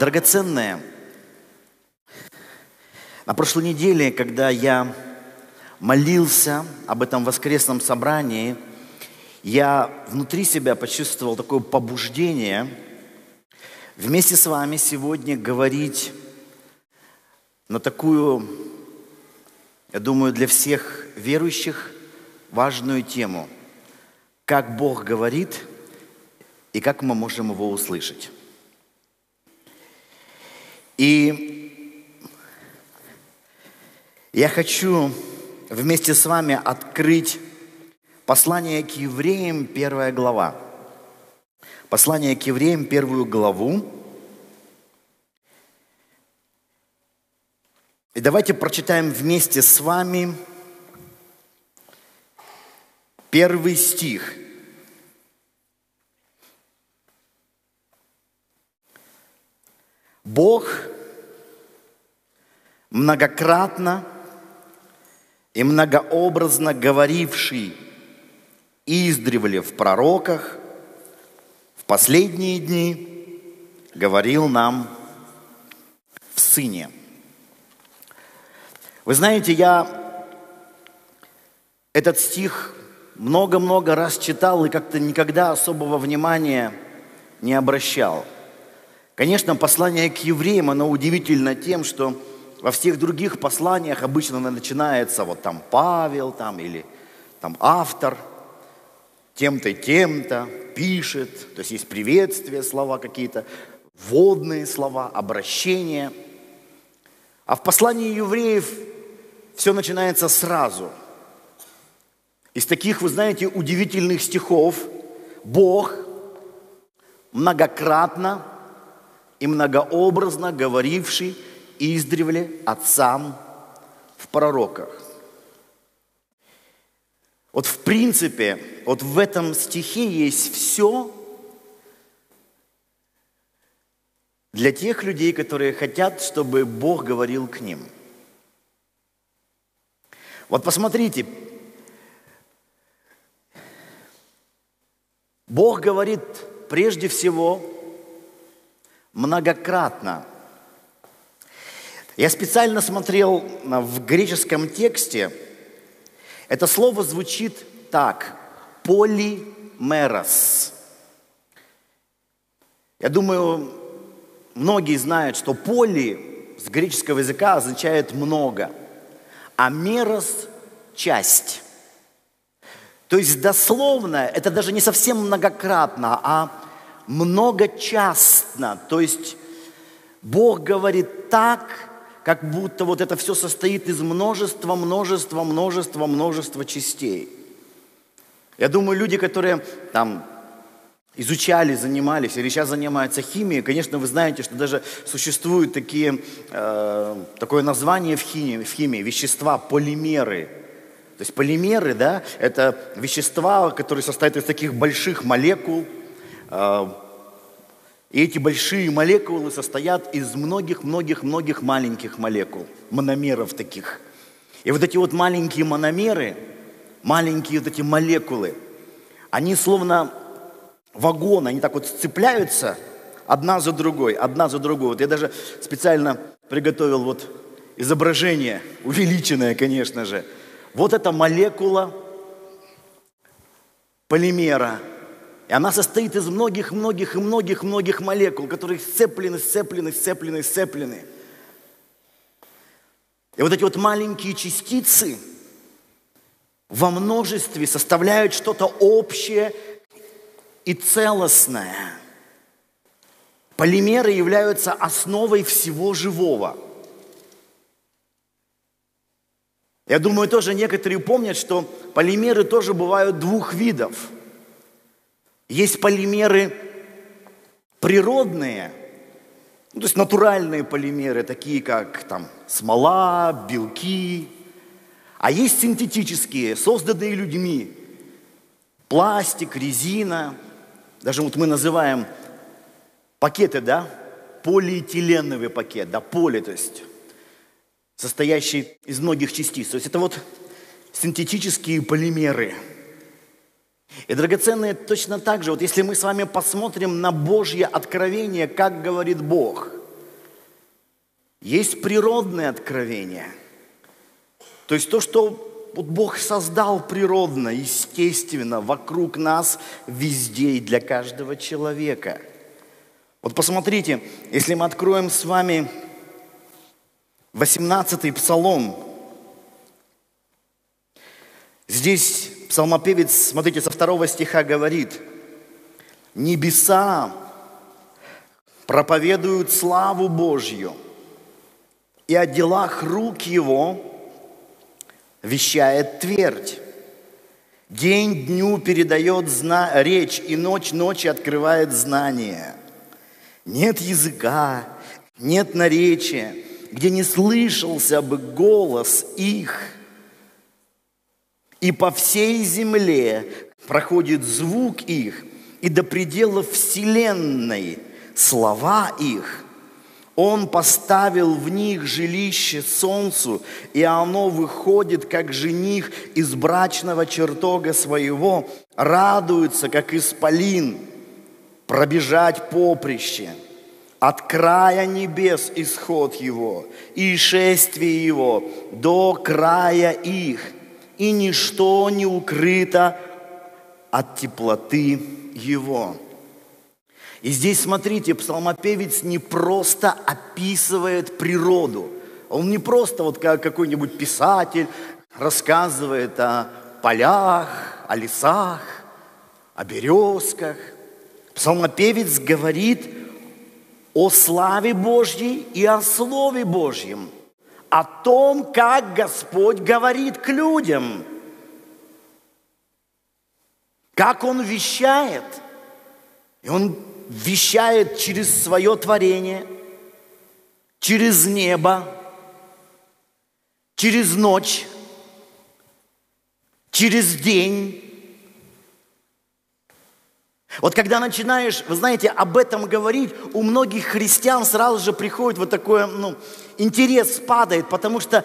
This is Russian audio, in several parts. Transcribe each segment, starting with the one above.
Драгоценные, на прошлой неделе, когда я молился об этом воскресном собрании, я внутри себя почувствовал такое побуждение вместе с вами сегодня говорить на такую, я думаю, для всех верующих важную тему. Как Бог говорит и как мы можем Его услышать. И я хочу вместе с вами открыть послание к евреям, 1 глава. Послание к евреям, 1 главу. И давайте прочитаем вместе с вами 1 стих. Бог многократно и многообразно говоривший издревле в пророках, в последние дни говорил нам в Сыне. Вы знаете, я этот стих много-много раз читал и как-то никогда особого внимания не обращал. Конечно, послание к евреям, оно удивительно тем, что во всех других посланиях обычно начинается вот там Павел там, или там автор тем-то, тем-то пишет, то есть есть приветствия, слова какие-то, вводные слова, обращения. А в послании евреев все начинается сразу. Из таких, вы знаете, удивительных стихов Бог многократно и многообразно говоривший издревле отцам в пророках. Вот в принципе, вот в этом стихе есть все для тех людей, которые хотят, чтобы Бог говорил к ним. Вот посмотрите, Бог говорит прежде всего многократно. Я специально смотрел в греческом тексте. Это слово звучит так: полимерос. Я думаю, многие знают, что поли с греческого языка означает много, а мерос – часть. То есть дословно это даже не совсем многократно, а многочастно. То есть Бог говорит так, как будто вот это все состоит из множества частей. Я думаю, люди, которые там изучали, занимались или сейчас занимаются химией, конечно, вы знаете, что даже существуют такое название в химии вещества полимеры. То есть полимеры, да, это вещества, которые состоят из таких больших молекул. И эти большие молекулы состоят из многих маленьких молекул, мономеров таких. И вот эти вот маленькие мономеры, маленькие вот эти молекулы, они словно вагон, они так вот сцепляются одна за другой. Вот я даже специально приготовил вот изображение, увеличенное, конечно же. Вот эта молекула полимера. И она состоит из многих молекул, которые сцеплены. И вот эти вот маленькие частицы во множестве составляют что-то общее и целостное. Полимеры являются основой всего живого. Я думаю, тоже некоторые помнят, что полимеры тоже бывают двух видов. Есть полимеры природные, то есть натуральные полимеры, такие как там смола, белки. А есть синтетические, созданные людьми. Пластик, резина. Даже вот мы называем пакеты, да, полиэтиленовый пакет, да, поли, то есть состоящий из многих частиц. То есть это вот синтетические полимеры. И, драгоценные, точно так же, вот если мы с вами посмотрим на Божье откровение, как говорит Бог, Есть природное откровение. То есть то, что вот Бог создал природно, естественно, вокруг нас, везде и для каждого человека. Вот посмотрите, если мы откроем с вами 18-й Псалом. Здесь псалмопевец, смотрите, со 2 стиха говорит: «Небеса проповедуют славу Божью, и о делах рук Его вещает твердь. День дню передает речь, и ночь ночи открывает знание. Нет языка, нет наречия, где не слышался бы голос их. И по всей земле проходит звук их, и до пределов вселенной слова их. Он поставил в них жилище солнцу, и оно выходит, как жених из брачного чертога своего, радуется, как исполин, пробежать поприще. От края небес исход его, и шествие его до края их, и ничто не укрыто от теплоты его». И здесь, смотрите, псалмопевец не просто описывает природу. Он не просто вот как какой-нибудь писатель рассказывает о полях, о лесах, о березках. Псалмопевец говорит о славе Божьей и о Слове Божьем, о том, как Господь говорит к людям, как Он вещает. И Он вещает через свое творение, через небо, через ночь, через день. Вот когда начинаешь, вы знаете, об этом говорить, у многих христиан сразу же приходит вот такой, интерес падает, потому что,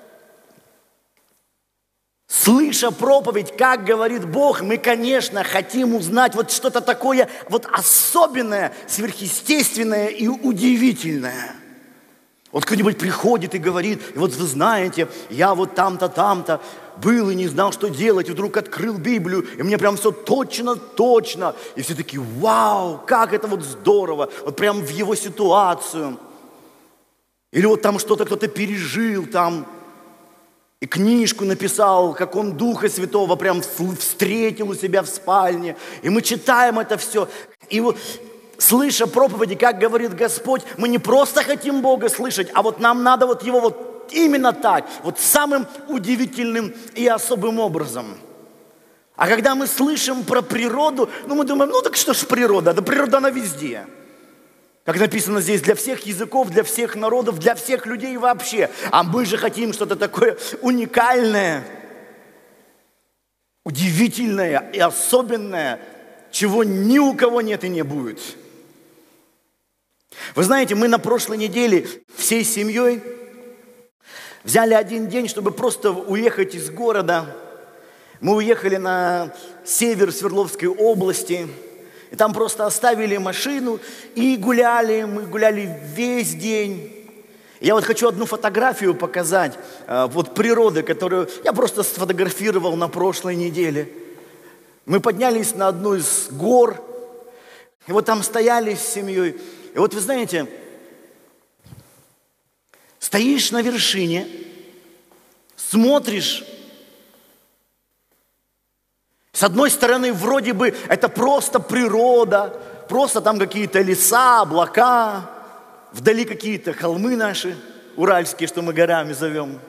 слыша проповедь, как говорит Бог, мы, конечно, хотим узнать вот что-то такое вот особенное, сверхъестественное и удивительное. Вот кто-нибудь приходит и говорит: и вот вы знаете, я вот там-то был и не знал, что делать, и вдруг открыл Библию, и мне прям все точно. И все такие: вау, как это вот здорово, вот прям в его ситуацию. Или вот там что-то кто-то пережил там, и книжку написал, как он Духа Святого прям встретил у себя в спальне. И мы читаем это все. И вот, слыша проповеди, как говорит Господь, мы не просто хотим Бога слышать, а вот нам надо вот Его вот именно так, вот самым удивительным и особым образом. А когда мы слышим про природу, мы думаем: так что ж природа? Да природа она везде. Как написано здесь, для всех языков, для всех народов, для всех людей вообще. А мы же хотим что-то такое уникальное, удивительное и особенное, чего ни у кого нет и не будет. Вы знаете, мы на прошлой неделе всей семьей взяли один день, чтобы просто уехать из города. Мы уехали на север Свердловской области. И там просто оставили машину и гуляли. Мы гуляли весь день. Я вот хочу одну фотографию показать, вот природы, которую я просто сфотографировал на прошлой неделе. Мы поднялись на одну из гор, и вот там стояли с семьей. И вот вы знаете, стоишь на вершине, смотришь. С одной стороны, вроде бы это просто природа, просто там какие-то леса, облака, вдали какие-то холмы наши, уральские, что мы горами зовем.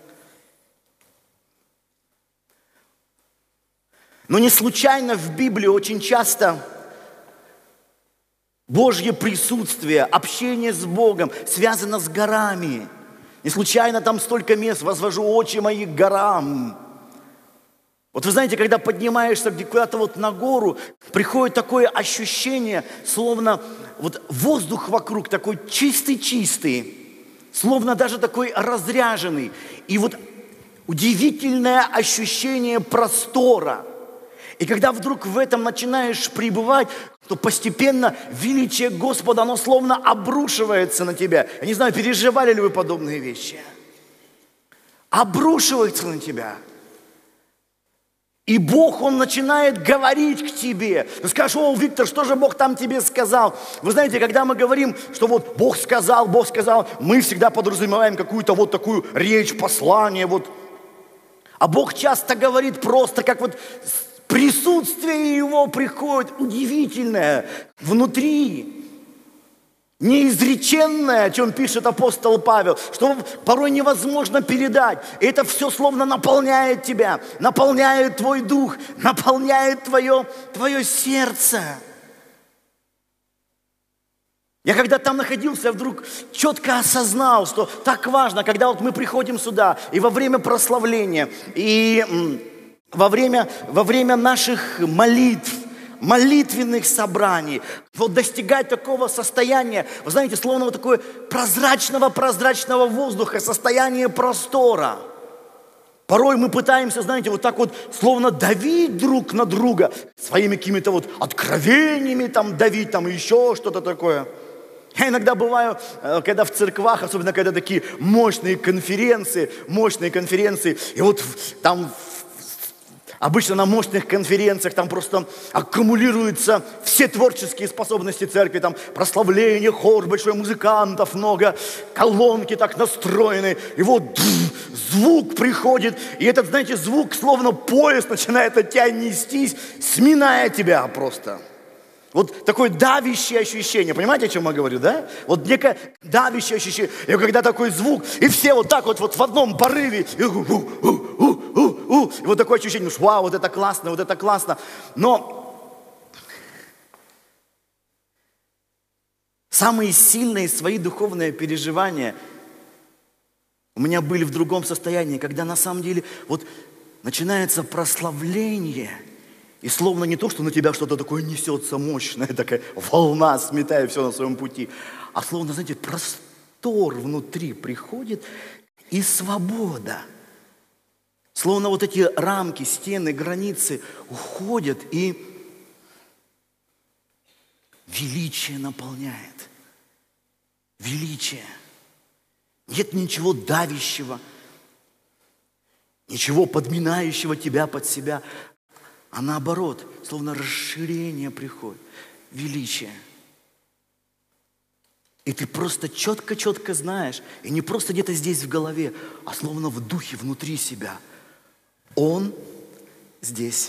Но не случайно в Библии очень часто Божье присутствие, общение с Богом связано с горами. Не случайно там столько мест: возвожу очи мои к горам. Вот вы знаете, когда поднимаешься куда-то вот на гору, приходит такое ощущение, словно вот воздух вокруг такой чистый-чистый, словно даже такой разряженный. И вот удивительное ощущение простора. И когда вдруг в этом начинаешь пребывать, то постепенно величие Господа, оно словно обрушивается на тебя. Я не знаю, переживали ли вы подобные вещи. Обрушивается на тебя. И Бог, Он начинает говорить к тебе. Ты скажешь: о, Виктор, что же Бог там тебе сказал? Вы знаете, когда мы говорим, что вот Бог сказал, мы всегда подразумеваем какую-то вот такую речь, послание. Вот. А Бог часто говорит просто, как вот присутствие Его приходит удивительное внутри. Неизреченное, о чем пишет апостол Павел, что порой невозможно передать. И это все словно наполняет тебя, наполняет твой дух, наполняет твое сердце. Я когда там находился, я вдруг четко осознал, что так важно, когда вот мы приходим сюда, и во время прославления, и во время наших молитв, молитвенных собраний, вот достигать такого состояния, вы знаете, словно вот такое прозрачного воздуха, состояние простора. Порой мы пытаемся, знаете, вот так вот словно давить друг на друга, своими какими-то вот откровениями там давить, там еще что-то такое. Я иногда бываю, когда в церквах, особенно когда такие мощные конференции, и вот там обычно на мощных конференциях там просто аккумулируются все творческие способности церкви, там прославление, хор, большой музыкантов много, колонки так настроены, и вот звук приходит, и этот, знаете, звук словно поезд начинает от тебя нестись, сминая тебя просто. Вот такое давящее ощущение, понимаете, о чем я говорю, да? Вот некое давящее ощущение, и когда такой звук, и все вот так вот в одном порыве, и вот такое ощущение, что вау, вот это классно. Но самые сильные свои духовные переживания у меня были в другом состоянии, когда на самом деле вот начинается прославление. И словно не то, что на тебя что-то такое несется мощное, такая волна, сметая все на своем пути, а словно, знаете, простор внутри приходит и свобода. Словно вот эти рамки, стены, границы уходят, и величие наполняет. Величие. Нет ничего давящего, ничего подминающего тебя под себя. А наоборот, словно расширение приходит, величие. И ты просто четко знаешь, и не просто где-то здесь в голове, а словно в духе, внутри себя. Он здесь.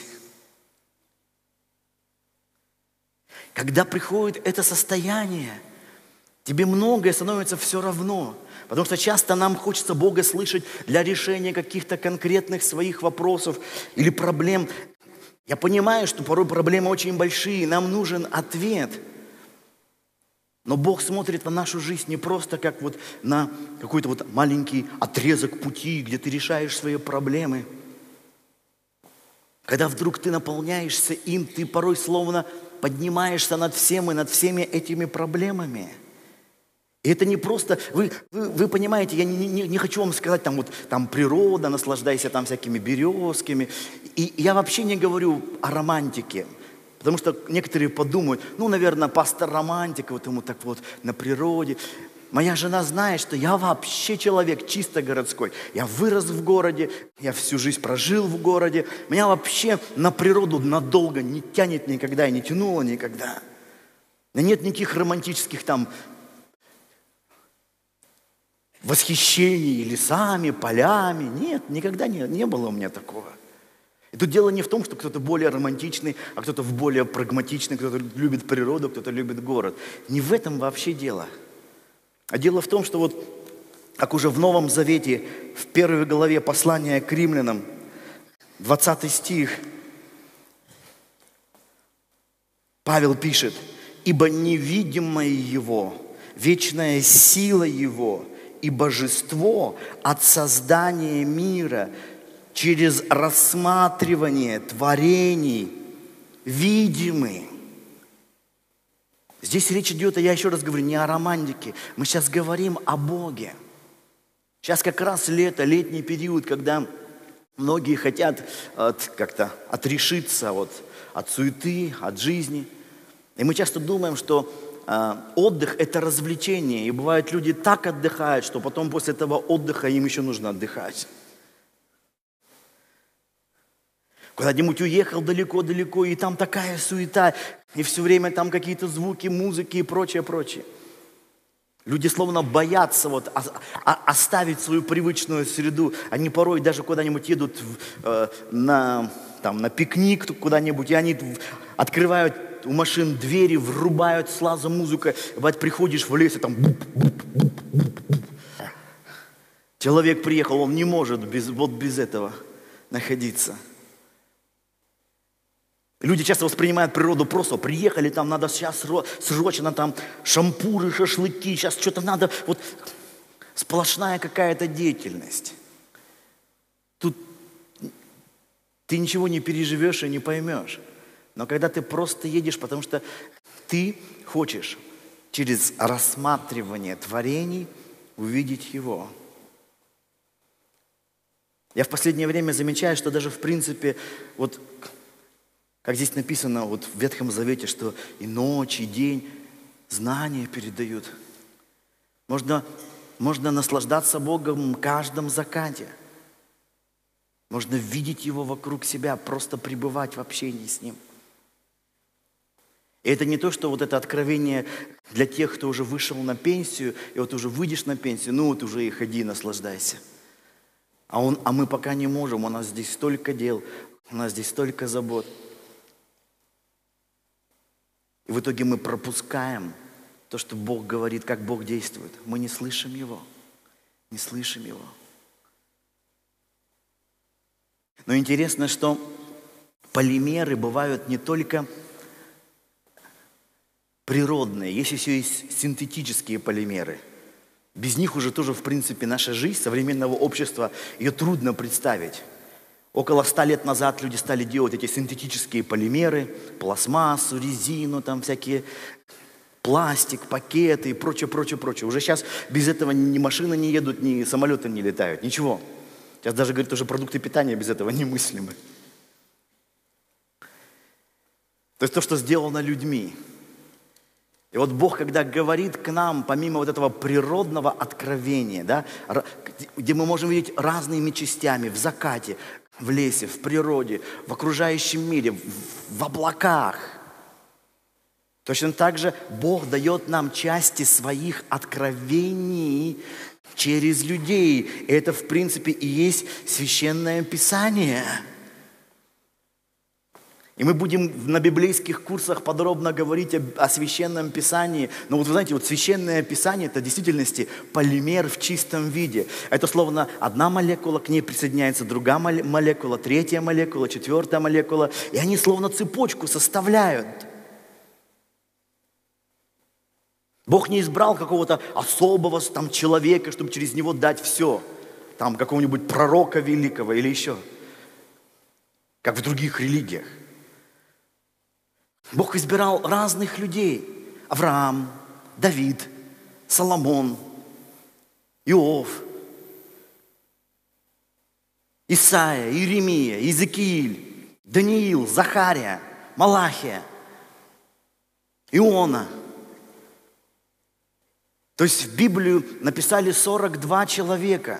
Когда приходит это состояние, тебе многое становится все равно. Потому что часто нам хочется Бога слышать для решения каких-то конкретных своих вопросов или проблем. Я понимаю, что порой проблемы очень большие, нам нужен ответ. Но Бог смотрит на нашу жизнь не просто как вот на какой-то вот маленький отрезок пути, где ты решаешь свои проблемы. Когда вдруг ты наполняешься им, ты порой словно поднимаешься над всем и над всеми этими проблемами. И это не просто, вы понимаете, я не хочу вам сказать, там природа, наслаждайся там всякими березками. И я вообще не говорю о романтике, потому что некоторые подумают, наверное, пастор романтик, вот ему так вот на природе. Моя жена знает, что я вообще человек чисто городской. Я вырос в городе, я всю жизнь прожил в городе. Меня вообще на природу надолго не тянет никогда и не тянуло никогда. Нет никаких романтических там восхищений лесами, полями. Нет, никогда не было у меня такого. И тут дело не в том, что кто-то более романтичный, а кто-то более прагматичный, кто-то любит природу, кто-то любит город. Не в этом вообще дело. А дело в том, что вот, как уже в Новом Завете, в 1 главе послания к Римлянам, 20 стих, Павел пишет: «Ибо невидимое Его, вечная сила Его и божество от создания мира через рассматривание творений видимы». Здесь речь идет, я еще раз говорю, не о романтике. Мы сейчас говорим о Боге. Сейчас как раз лето, летний период, когда многие хотят как-то отрешиться от суеты, от жизни. И мы часто думаем, что отдых – это развлечение. И бывает, люди так отдыхают, что потом после этого отдыха им еще нужно отдыхать. Куда-нибудь уехал далеко-далеко, и там такая суета, и все время там какие-то звуки, музыки и прочее, прочее. Люди словно боятся оставить свою привычную среду. Они порой даже куда-нибудь едут на пикник куда-нибудь, и они открывают у машин двери, врубают сразу музыку. Бывает, приходишь в лес, и там... Человек приехал, он не может без этого находиться. Люди часто воспринимают природу просто. Приехали, там надо сейчас срочно там шампуры, шашлыки, сейчас что-то надо. Вот сплошная какая-то деятельность. Тут ты ничего не переживешь и не поймешь. Но когда ты просто едешь, потому что ты хочешь через рассматривание творений увидеть Его. Я в последнее время замечаю, что даже в принципе, вот как здесь написано вот в Ветхом Завете, что и ночь, и день знания передают. Можно наслаждаться Богом в каждом закате. Можно видеть Его вокруг себя, просто пребывать в общении с Ним. И это не то, что вот это откровение для тех, кто уже вышел на пенсию, и вот уже выйдешь на пенсию, ну вот уже и ходи, наслаждайся. А мы пока не можем, у нас здесь столько дел, у нас здесь столько забот. И в итоге мы пропускаем то, что Бог говорит, как Бог действует. Мы не слышим Его, не слышим Его. Но интересно, что полимеры бывают не только природные, есть еще и синтетические полимеры. Без них уже тоже, в принципе, наша жизнь современного общества, ее трудно представить. Около 100 лет назад люди стали делать эти синтетические полимеры, пластмассу, резину, там всякие пластик, пакеты и прочее, прочее, прочее. Уже сейчас без этого ни машины не едут, ни самолеты не летают, ничего. Сейчас даже, говорят, уже продукты питания без этого немыслимы. То есть то, что сделано людьми. И вот Бог, когда говорит к нам, помимо вот этого природного откровения, да, где мы можем видеть разными частями, в закате, в лесе, в природе, в окружающем мире, в облаках, точно так же Бог дает нам части своих откровений через людей. И это, в принципе, и есть Священное Писание. И мы будем на библейских курсах подробно говорить о Священном Писании. Но вот вы знаете, вот Священное Писание – это в действительности полимер в чистом виде. Это словно одна молекула, к ней присоединяется другая молекула, третья молекула, четвертая молекула. И они словно цепочку составляют. Бог не избрал какого-то особого там человека, чтобы через него дать все. Там какого-нибудь пророка великого или еще. Как в других религиях. Бог избирал разных людей. Авраам, Давид, Соломон, Иов, Исаия, Иеремия, Иезекииль, Даниил, Захария, Малахия, Иона. То есть в Библию написали 42 человека.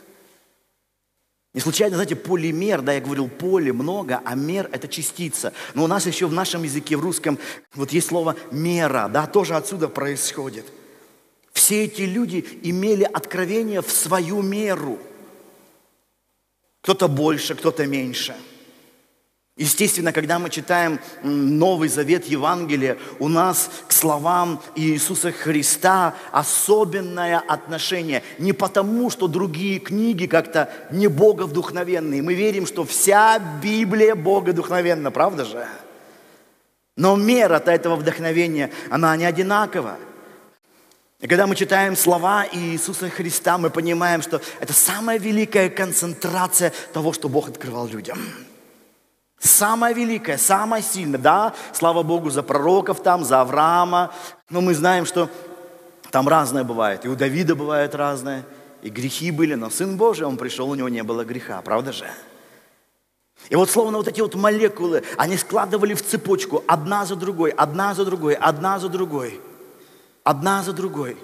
Не случайно, знаете, полимер, да, я говорил, поле много, а мер – это частица. Но у нас еще в нашем языке, в русском, вот есть слово «мера», да, тоже отсюда происходит. Все эти люди имели откровение в свою меру. Кто-то больше, кто-то меньше. Естественно, когда мы читаем Новый Завет Евангелия, у нас к словам Иисуса Христа особенное отношение. Не потому, что другие книги как-то не боговдухновенные. Мы верим, что вся Библия боговдухновенна, правда же? Но мера-то этого вдохновения, она не одинакова. И когда мы читаем слова Иисуса Христа, мы понимаем, что это самая великая концентрация того, что Бог открывал людям. Самое великое, самое сильное, да, слава Богу за пророков там, за Авраама, но мы знаем, что там разное бывает, и у Давида бывает разное, и грехи были, но Сын Божий, Он пришел, у Него не было греха, правда же? И вот словно вот эти вот молекулы, они складывали в цепочку одна за другой, одна за другой, одна за другой, одна за другой.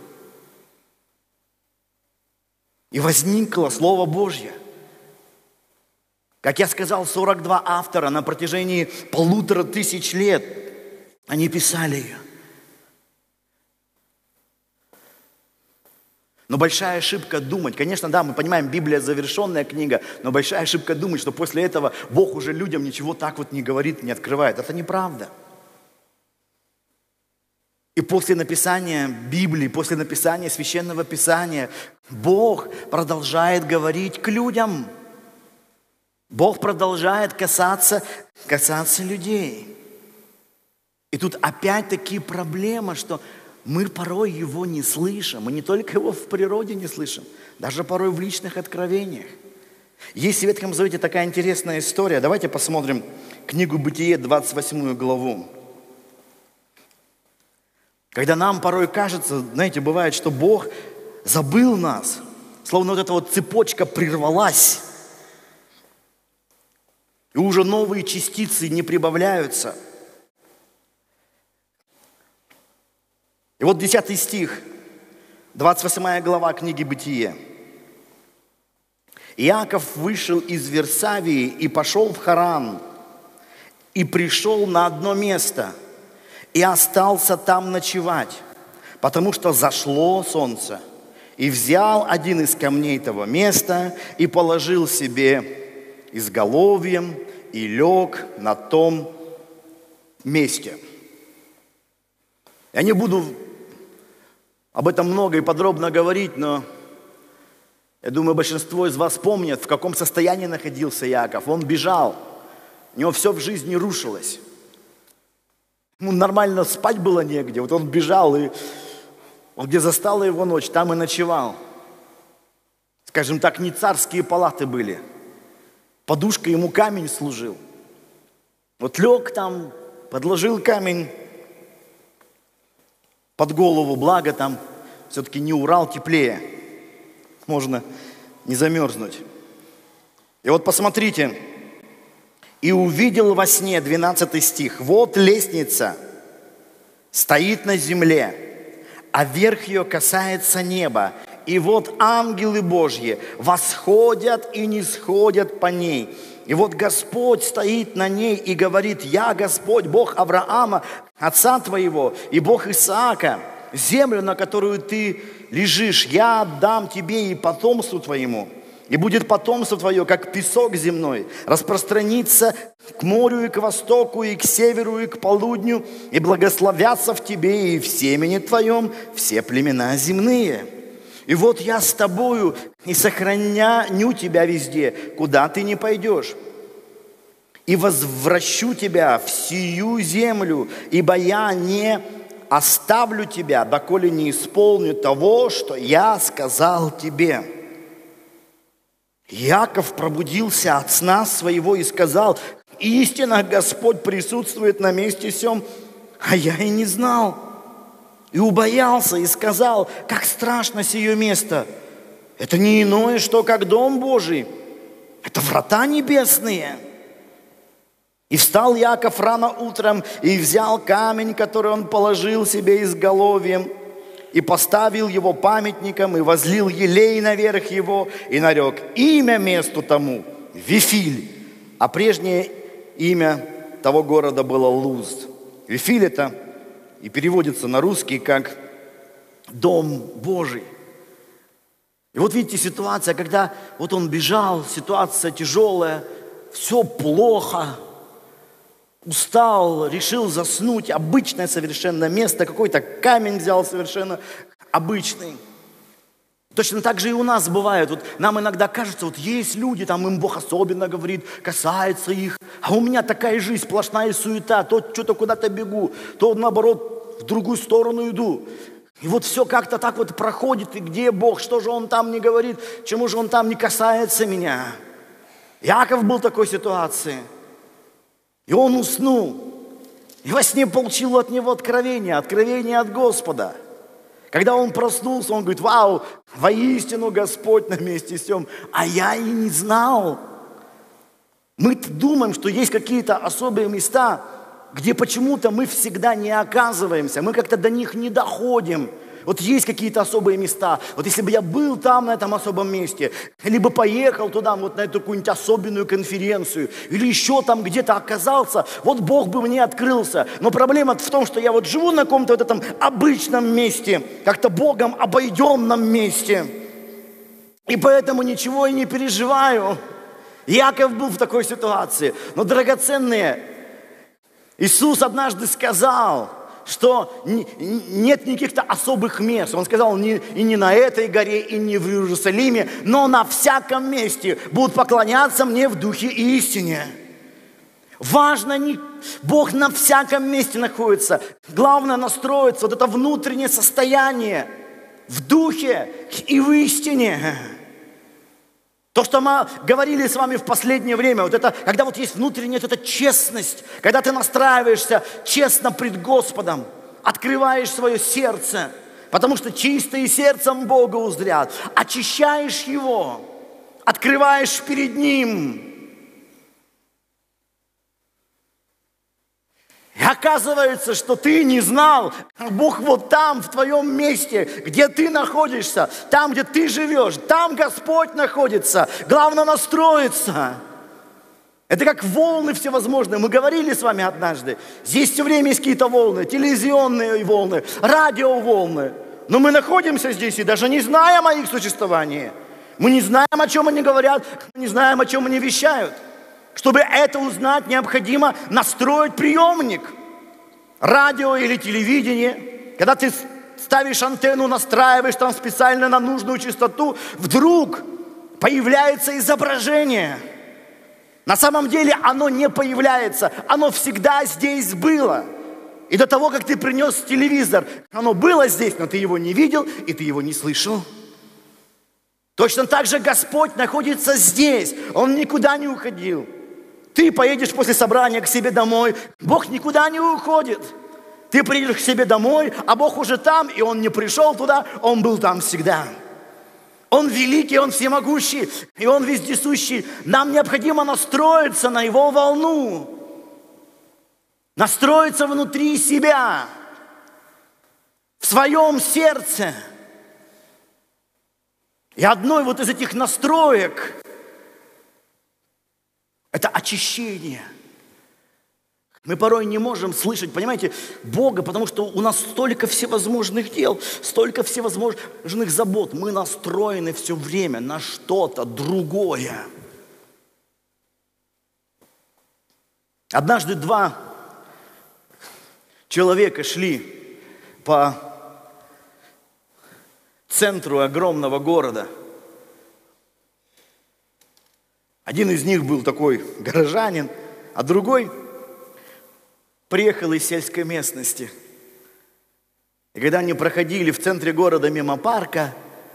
И возникло Слово Божье. Как я сказал, 42 автора на протяжении 1500 лет они писали ее. Но большая ошибка думать, конечно, да, мы понимаем, Библия завершенная книга, но большая ошибка думать, что после этого Бог уже людям ничего так вот не говорит, не открывает. Это неправда. И после написания Библии, после написания Священного Писания, Бог продолжает говорить к людям. Бог продолжает касаться людей. И тут опять-таки проблема, что мы порой Его не слышим. Мы не только Его в природе не слышим, даже порой в личных откровениях. Есть в Ветхом Завете такая интересная история. Давайте посмотрим книгу Бытие, 28 главу. Когда нам порой кажется, знаете, бывает, что Бог забыл нас, словно вот эта вот цепочка прервалась, и уже новые частицы не прибавляются. И вот 10 стих, 28 глава книги Бытие. Иаков вышел из Вирсавии и пошел в Харан, и пришел на одно место, и остался там ночевать, потому что зашло солнце, и взял один из камней того места, и положил себе изголовьем, и лег на том месте. Я не буду об этом много и подробно говорить, но я думаю, большинство из вас помнят, в каком состоянии находился Иаков. Он бежал, у него все в жизни рушилось. Ему нормально спать было негде. Вот он бежал, и он где застала его ночь, там и ночевал. Скажем так, не царские палаты были. Подушкой ему камень служил. Вот лег там, подложил камень под голову, благо там все-таки не Урал, теплее. Можно не замерзнуть. И вот посмотрите. «И увидел во сне», 12 стих, «вот лестница стоит на земле, а верх ее касается неба. И вот ангелы Божьи восходят и нисходят по ней. И вот Господь стоит на ней и говорит: я Господь, Бог Авраама, отца твоего, и Бог Исаака. Землю, на которую ты лежишь, я отдам тебе и потомству твоему. И будет потомство твое, как песок земной, распространится к морю и к востоку, и к северу, и к полудню, и благословятся в тебе и в семени твоем все племена земные. И вот я с тобою и сохраню тебя везде, куда ты не пойдешь. И возвращу тебя в сию землю, ибо я не оставлю тебя, доколе не исполню того, что я сказал тебе». Иаков пробудился от сна своего и сказал: «Истинно Господь присутствует на месте сем, а я и не знал». И убоялся и сказал: «Как страшно сие место! Это не иное, что как дом Божий, это врата небесные». И встал Иаков рано утром и взял камень, который он положил себе изголовьем, и поставил его памятником, и возлил елей наверх его, и нарек имя месту тому Вифиль, а прежнее имя того города было Луз. Вифиль это и переводится на русский как «Дом Божий». И вот видите, ситуация, когда вот он бежал, ситуация тяжелая, все плохо, устал, решил заснуть, обычное совершенно место, какой-то камень взял совершенно обычный. Точно так же и у нас бывает. Вот нам иногда кажется, вот есть люди, там им Бог особенно говорит, касается их, а у меня такая жизнь, сплошная суета, то что-то куда-то бегу, то наоборот в другую сторону иду. И вот все как-то так вот проходит, и где Бог, что же Он там не говорит, чему же Он там не касается меня. Иаков был в такой ситуации. И он уснул. И во сне получил от него откровение от Господа. Когда он проснулся, он говорит: вау, воистину Господь на месте сем, а я и не знал. Мы думаем, что есть какие-то особые места, где почему-то мы всегда не оказываемся, мы как-то до них не доходим. Вот есть какие-то особые места. Вот если бы я был там, на этом особом месте, либо поехал туда, вот на эту какую-нибудь особенную конференцию, или еще там где-то оказался, вот Бог бы мне открылся. Но проблема в том, что я вот живу на каком-то вот этом обычном месте, как-то Богом обойденном месте. И поэтому ничего и не переживаю. Иаков был в такой ситуации. Но, драгоценные, Иисус однажды сказал, что нет никаких-то особых мест. Он сказал, и не на этой горе, и не в Иерусалиме, но на всяком месте будут поклоняться мне в духе и истине. Важно, Бог на всяком месте находится. Главное настроиться, вот это внутреннее состояние в духе и в истине. То, что мы говорили с вами в последнее время, вот это, когда вот есть внутренняя вот эта честность, когда ты настраиваешься честно пред Господом, открываешь свое сердце, потому что чистые сердцем Бога узрят, очищаешь его, открываешь перед Ним. И оказывается, что ты не знал, Бог вот там, в твоем месте, где ты находишься, там, где ты живешь, там Господь находится. Главное настроиться. Это как волны всевозможные. Мы говорили с вами однажды. Здесь все время есть какие-то волны, телевизионные волны, радиоволны. Но мы находимся здесь и даже не знаем о их существовании. Мы не знаем, о чем они говорят, мы не знаем, о чем они вещают. Чтобы это узнать, необходимо настроить приемник. Радио или телевидение. Когда ты ставишь антенну, настраиваешь там специально на нужную частоту, вдруг появляется изображение. На самом деле оно не появляется. Оно всегда здесь было. И до того, как ты принес телевизор, оно было здесь, но ты его не видел и ты его не слышал. Точно так же Господь находится здесь. Он никуда не уходил. Ты поедешь после собрания к себе домой. Бог никуда не уходит. Ты приедешь к себе домой, а Бог уже там, и Он не пришел туда, Он был там всегда. Он великий, Он всемогущий, и Он вездесущий. Нам необходимо настроиться на Его волну. Настроиться внутри себя, в своем сердце. И одной вот из этих настроек – это очищение. Мы порой не можем слышать, понимаете, Бога, потому что у нас столько всевозможных дел, столько всевозможных забот. Мы настроены все время на что-то другое. Однажды два человека шли по центру огромного города. Один из них был такой горожанин, а другой приехал из сельской местности. И когда они проходили в центре города мимо парка,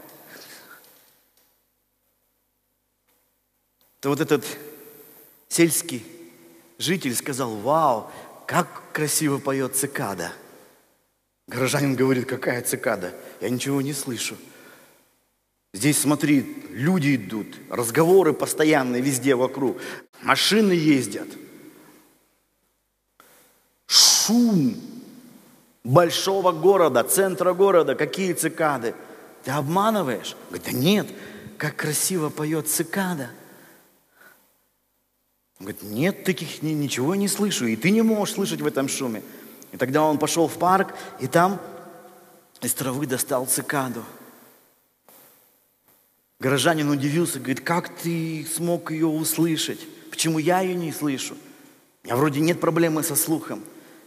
то вот этот сельский житель сказал: «Вау, как красиво поет цикада». Горожанин говорит: «Какая цикада? Я ничего не слышу». Здесь, смотри, люди идут, разговоры постоянные везде вокруг, машины ездят. Шум большого города, центра города, какие цикады? Ты обманываешь? Говорит: да нет, как красиво поет цикада. Он говорит: нет, таких ничего не слышу, и ты не можешь слышать в этом шуме. И тогда он пошел в парк, и там из травы достал цикаду. Горожанин удивился, говорит: как ты смог ее услышать? Почему я ее не слышу? У меня вроде нет проблемы со слухом.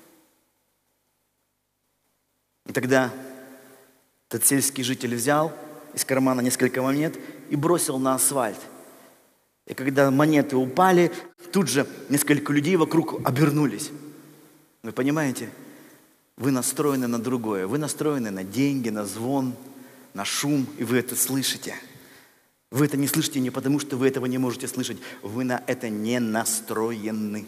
И тогда этот сельский житель взял из кармана несколько монет и бросил на асфальт. И когда монеты упали, тут же несколько людей вокруг обернулись. Вы понимаете? Вы настроены на другое. Вы настроены на деньги, на звон, на шум, и вы это слышите. Вы это не слышите не потому, что вы этого не можете слышать. Вы на это не настроены.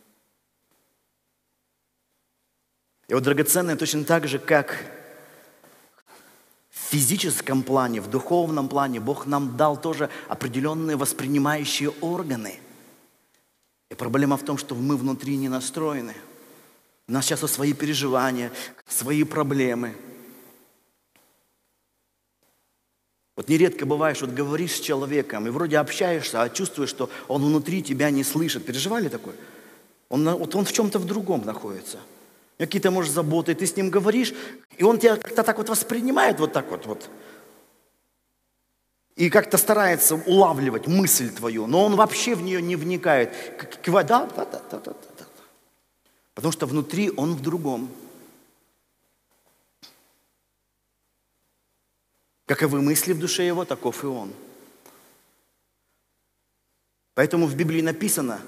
И вот драгоценное точно так же, как в физическом плане, в духовном плане, Бог нам дал тоже определенные воспринимающие органы. И проблема в том, что мы внутри не настроены. У нас часто свои переживания, свои проблемы. Вот нередко бываешь, вот говоришь с человеком, и вроде общаешься, а чувствуешь, что он внутри тебя не слышит. Переживали такое? Он в чем-то в другом находится. Какие-то, может, заботы, ты с ним говоришь, и он тебя как-то так вот воспринимает, вот так вот. И как-то старается улавливать мысль твою, но он вообще в нее не вникает. Кивает, да. Потому что внутри он в другом. Каковы мысли в душе его, таков и он. Поэтому в Библии написано: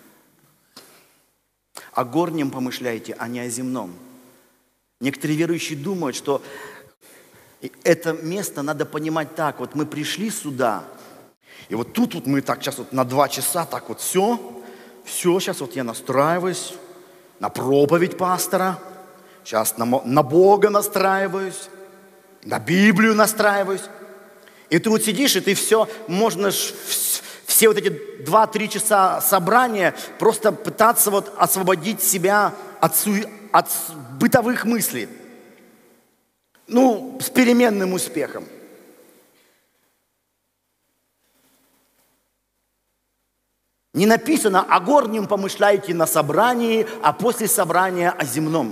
о горнем помышляйте, а не о земном. Некоторые верующие думают, что это место надо понимать так. Вот мы пришли сюда, и вот тут вот мы так сейчас вот на 2 часа так вот все, сейчас вот я настраиваюсь на проповедь пастора, сейчас на Бога настраиваюсь, на Библию настраиваюсь. И ты вот сидишь, и ты все, можно все вот эти 2-3 часа собрания просто пытаться вот освободить себя от бытовых мыслей. С переменным успехом. Не написано: о горнем помышляйте на собрании, а после собрания о земном.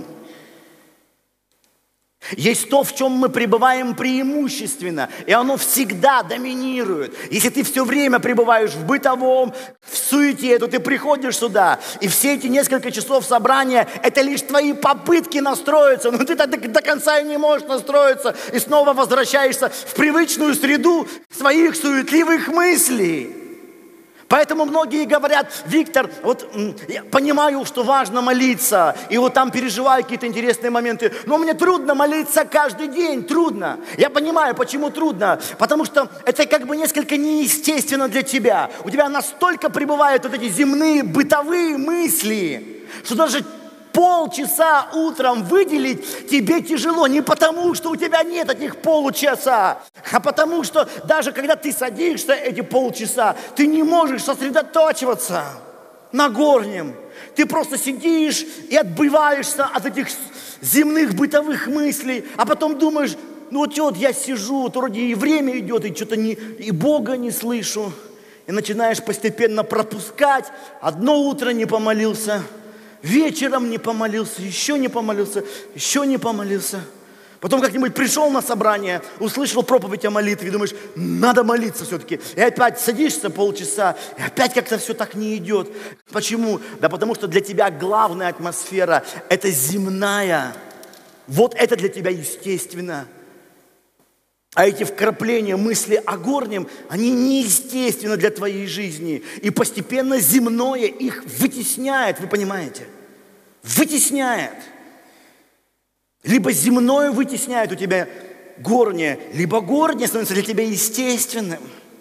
Есть то, в чем мы пребываем преимущественно, и оно всегда доминирует. Если ты все время пребываешь в бытовом, в суете, то ты приходишь сюда, и все эти несколько часов собрания – это лишь твои попытки настроиться, но ты до конца и не можешь настроиться, и снова возвращаешься в привычную среду своих суетливых мыслей. Поэтому многие говорят: Виктор, вот я понимаю, что важно молиться, и вот там переживаю какие-то интересные моменты, но мне трудно молиться каждый день, трудно. Я понимаю, почему трудно, потому что это как бы несколько неестественно для тебя. У тебя настолько пребывают вот эти земные бытовые мысли, что даже полчаса утром выделить тебе тяжело. Не потому, что у тебя нет этих полчаса, а потому, что даже когда ты садишься эти полчаса, ты не можешь сосредоточиваться на горнем. Ты просто сидишь и отбываешься от этих земных бытовых мыслей, а потом думаешь: вот я сижу, то вроде и время идет, и что-то и Бога не слышу. И начинаешь постепенно пропускать. Одно утро не помолился, вечером не помолился, еще не помолился, еще не помолился. Потом как-нибудь пришел на собрание, услышал проповедь о молитве, и думаешь: надо молиться все-таки. И опять садишься полчаса, и опять как-то все так не идет. Почему? Да потому что для тебя главная атмосфера – это земная. Вот это для тебя естественно. А эти вкрапления мысли о горнем, они неестественны для твоей жизни. И постепенно земное их вытесняет, вы понимаете? Вытесняет. Либо земное вытесняет у тебя горнее, либо горнее становится для тебя естественным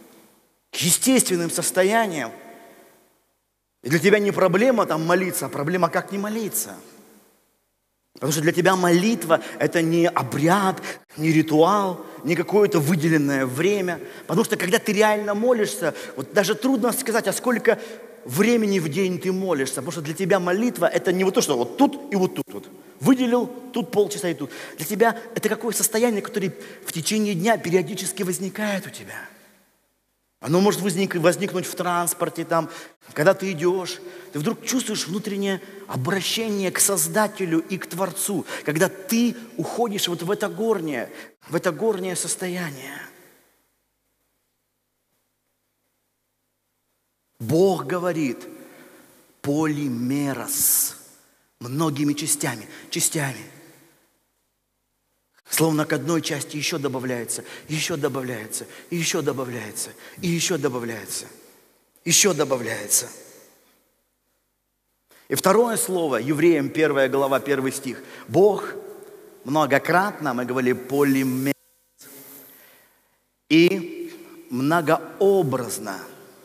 состоянием. И для тебя не проблема там молиться, а проблема, как не молиться. Потому что для тебя молитва – это не обряд, не ритуал, не какое-то выделенное время. Потому что когда ты реально молишься, вот даже трудно сказать, а сколько времени в день ты молишься. Потому что для тебя молитва – это не вот то, что вот тут и вот тут. Вот. Выделил тут полчаса и тут. Для тебя это какое состояние, которое в течение дня периодически возникает у тебя. Оно может возникнуть в транспорте, там, когда ты идешь. Ты вдруг чувствуешь внутреннее обращение к Создателю и к Творцу, когда ты уходишь вот в это горнее состояние. Бог говорит: полимерос, многими частями. Словно к одной части еще добавляется, еще добавляется, и еще добавляется, и еще добавляется, еще добавляется. И второе слово, Евреям 1 глава, 1 стих. Бог многократно, мы говорили, полимерос, и многообразно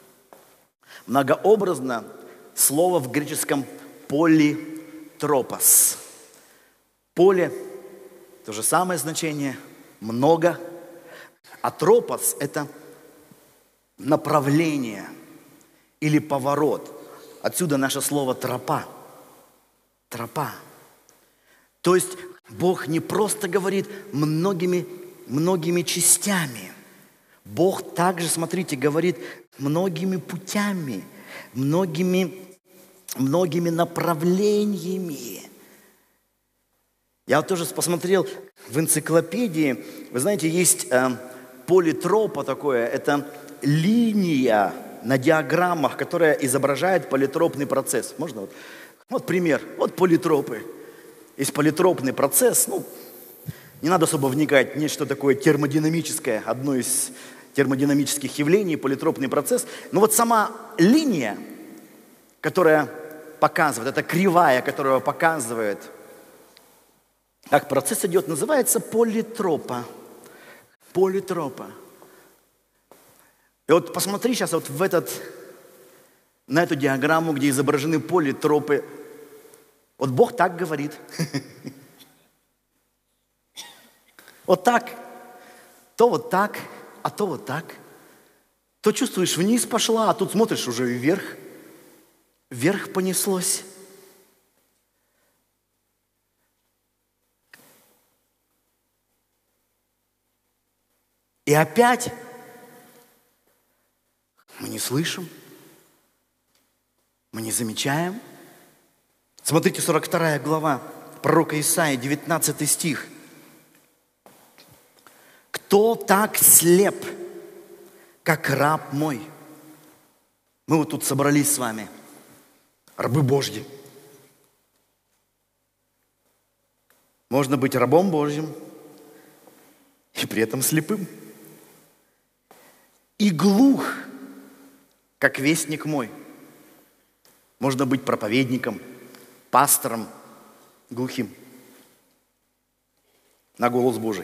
слово в греческом политропос. Поле – то же самое значение, много. А тропос – это направление или поворот. Отсюда наше слово тропа. Тропа. То есть Бог не просто говорит многими частями. Бог также, смотрите, говорит многими путями, многими направлениями. Я вот тоже посмотрел в энциклопедии, вы знаете, есть политропа такое, это линия на диаграммах, которая изображает политропный процесс. Можно вот? Вот пример, вот политропы. Есть политропный процесс, не надо особо вникать, нечто такое термодинамическое, одно из термодинамических явлений, политропный процесс. Но вот сама линия, которая показывает, это кривая, которая показывает, как процесс идет, называется политропа. Политропа. И вот посмотри сейчас вот на эту диаграмму, где изображены политропы. Вот Бог так говорит. Вот так. То вот так, а то вот так. То чувствуешь, вниз пошла, а тут смотришь уже вверх. Вверх понеслось. И опять мы не слышим, мы не замечаем. Смотрите, 42 глава пророка Исаии, 19 стих. «Кто так слеп, как раб мой?» Мы вот тут собрались с вами, рабы Божьи. Можно быть рабом Божьим и при этом слепым. И глух, как вестник мой. Можно быть проповедником, пастором, глухим на голос Божий.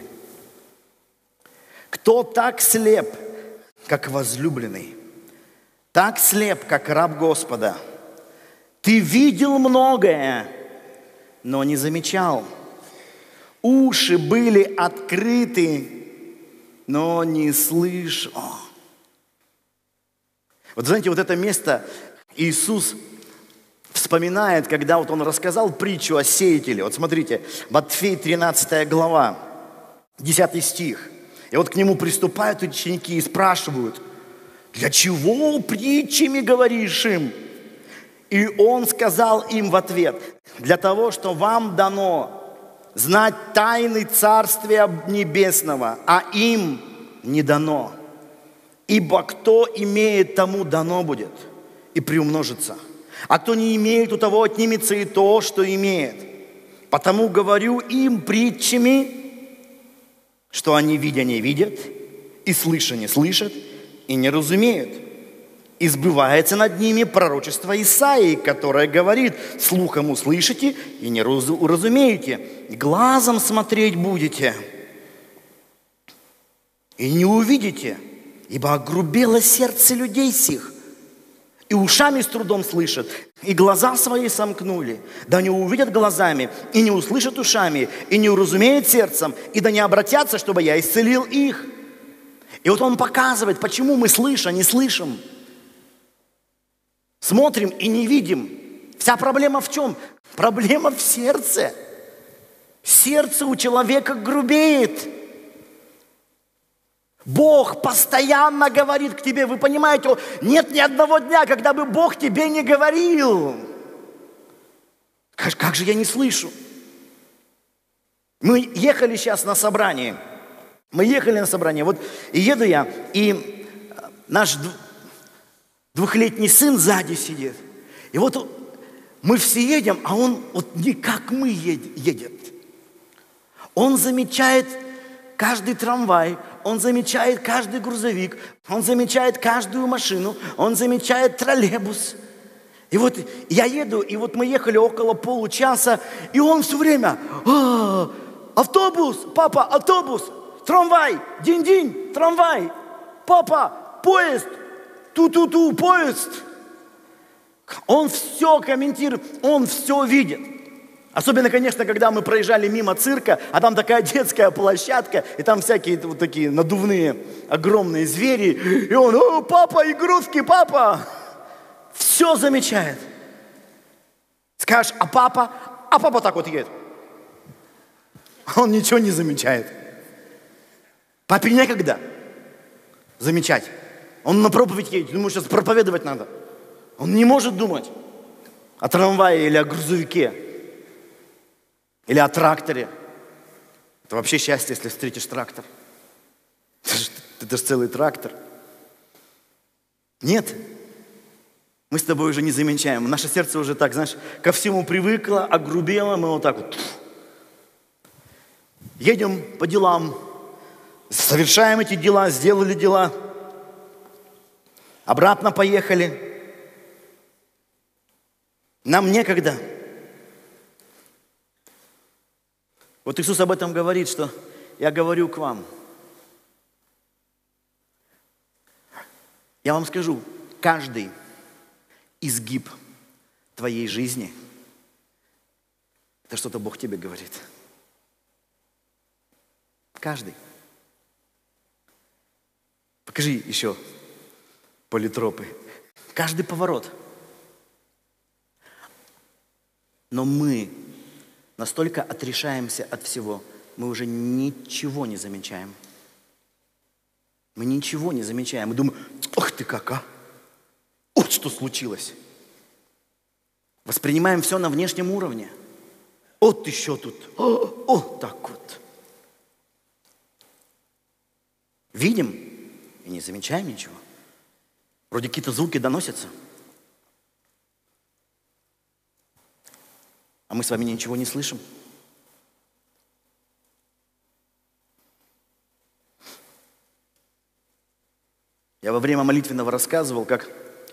Кто так слеп, как возлюбленный, так слеп, как раб Господа. Ты видел многое, но не замечал. Уши были открыты, но не слышал. Вот знаете, вот это место Иисус вспоминает, когда вот Он рассказал притчу о сеятеле. Вот смотрите, Матфей 13 глава, 10 стих. И вот к Нему приступают ученики и спрашивают: «Для чего притчами говоришь им?» И Он сказал им в ответ: «Для того, что вам дано знать тайны Царствия Небесного, а им не дано. Ибо кто имеет, тому дано будет, и приумножится. А кто не имеет, у того отнимется и то, что имеет. Потому говорю им притчами, что они, видя, не видят, и слыша, не слышат, и не разумеют. И сбывается над ними пророчество Исаии, которое говорит: слухом услышите и не уразумеете, глазом смотреть будете и не увидите, ибо огрубело сердце людей сих, и ушами с трудом слышат, и глаза свои сомкнули, да не увидят глазами, и не услышат ушами, и не уразумеют сердцем, и да не обратятся, чтобы я исцелил их». И вот Он показывает, почему мы, слыша, не слышим. Смотрим и не видим. Вся проблема в чем? Проблема в сердце. Сердце у человека грубеет. Бог постоянно говорит к тебе. Вы понимаете, нет ни одного дня, когда бы Бог тебе не говорил. Как же я не слышу? Мы ехали сейчас на собрание. Вот и еду я, и наш двухлетний сын сзади сидит. И вот мы все едем, а он вот не как мы едет. Он замечает каждый трамвай, он замечает каждый грузовик, он замечает каждую машину, он замечает троллейбус. И вот я еду, и вот мы ехали около получаса, и он все время: автобус, папа, автобус, трамвай, динь-динь, трамвай, папа, поезд, ту-ту-ту, поезд. Он все комментирует, он все видит. Особенно, конечно, когда мы проезжали мимо цирка, а там такая детская площадка, и там всякие вот такие надувные огромные звери. И он: «О, папа, игрушки, папа!» все замечает. Скажешь, а папа так вот едет. Он ничего не замечает. Папе некогда замечать. Он на проповедь едет, ему сейчас проповедовать надо. Он не может думать о трамвае или о грузовике, или о тракторе. Это вообще счастье, если встретишь трактор. Это же целый трактор. Нет, мы с тобой уже не замечаем. Наше сердце уже так, знаешь, ко всему привыкло, огрубело, мы вот так вот едем по делам, совершаем эти дела, сделали дела, обратно поехали. Нам некогда. Вот Иисус об этом говорит, что я говорю к вам. Я вам скажу, каждый изгиб твоей жизни, это что-то Бог тебе говорит. Каждый. Покажи еще политропы. Каждый поворот. Но мы настолько отрешаемся от всего, мы уже ничего не замечаем. Мы ничего не замечаем. Мы думаем, ах ты как, а? Вот что случилось. Воспринимаем все на внешнем уровне. Вот еще тут. О, так вот. Видим и не замечаем ничего. Вроде какие-то звуки доносятся. А мы с вами ничего не слышим. Я во время молитвенного рассказывал, как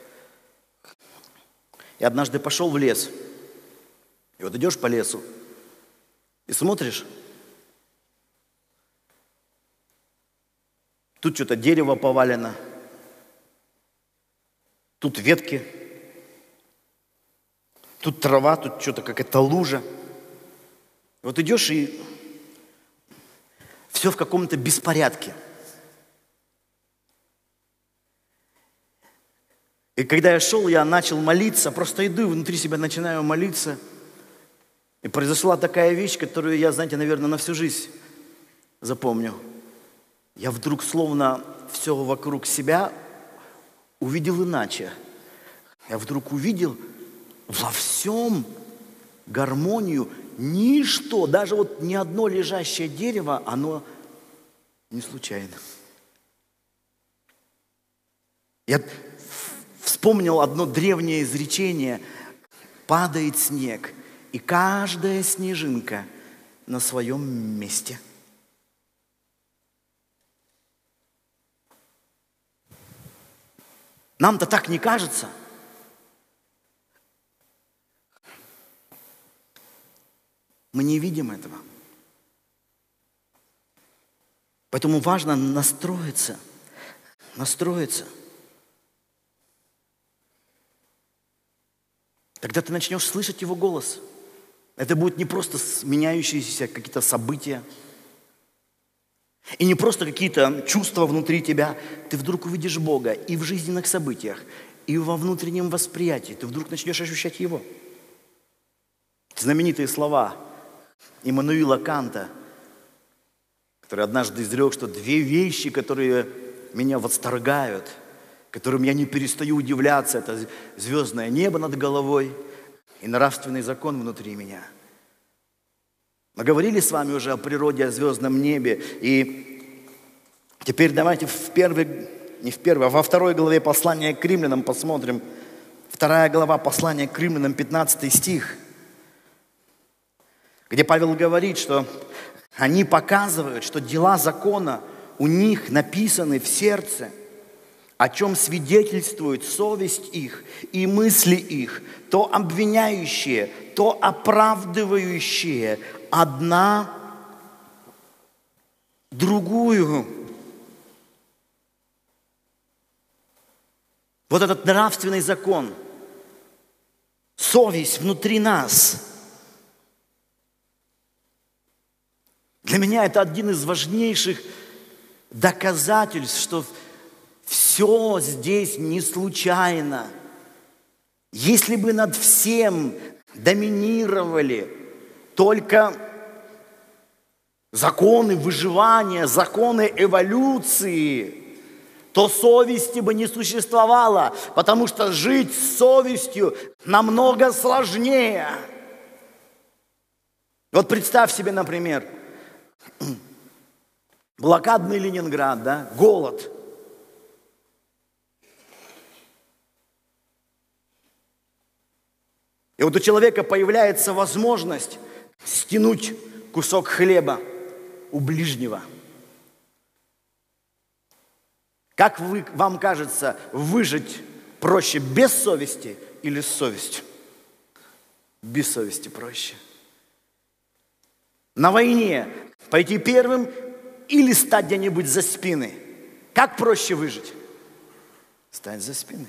я однажды пошел в лес. И вот идешь по лесу и смотришь, тут что-то дерево повалено, тут ветки, тут трава, тут что-то какая-то лужа. И вот идешь и все в каком-то беспорядке. И когда я шел, я начал молиться, просто иду, внутри себя начинаю молиться. И произошла такая вещь, которую я, знаете, наверное, на всю жизнь запомню. Я вдруг словно все вокруг себя увидел иначе. Я вдруг увидел во всем гармонию, ничто, даже вот ни одно лежащее дерево, оно не случайно. Я вспомнил одно древнее изречение: падает снег, и каждая снежинка на своем месте. Нам-то так не кажется. Мы не видим этого. Поэтому важно настроиться. Тогда ты начнешь слышать Его голос. Это будут не просто меняющиеся какие-то события. И не просто какие-то чувства внутри тебя. Ты вдруг увидишь Бога и в жизненных событиях, и во внутреннем восприятии. Ты вдруг начнешь ощущать Его. Знаменитые слова Иммануила Канта, который однажды изрек, что две вещи, которые меня восторгают, которым я не перестаю удивляться, это звездное небо над головой и нравственный закон внутри меня. Мы говорили с вами уже о природе, о звездном небе. И теперь давайте во второй главе послания к римлянам посмотрим. 2 глава послания к римлянам, 15 стих, где Павел говорит, что они показывают, что дела закона у них написаны в сердце, о чем свидетельствует совесть их и мысли их, то обвиняющие, то оправдывающие одна другую. Вот этот нравственный закон, совесть внутри нас. Для меня это один из важнейших доказательств, что все здесь не случайно. Если бы над всем доминировали только законы выживания, законы эволюции, то совести бы не существовало, потому что жить с совестью намного сложнее. Вот представь себе, например, блокадный Ленинград, да, голод. И вот у человека появляется возможность стянуть кусок хлеба у ближнего. Как вам кажется, выжить проще без совести или с совестью? Без совести проще. На войне пойти первым или стать где-нибудь за спиной? Как проще выжить? Стать за спиной.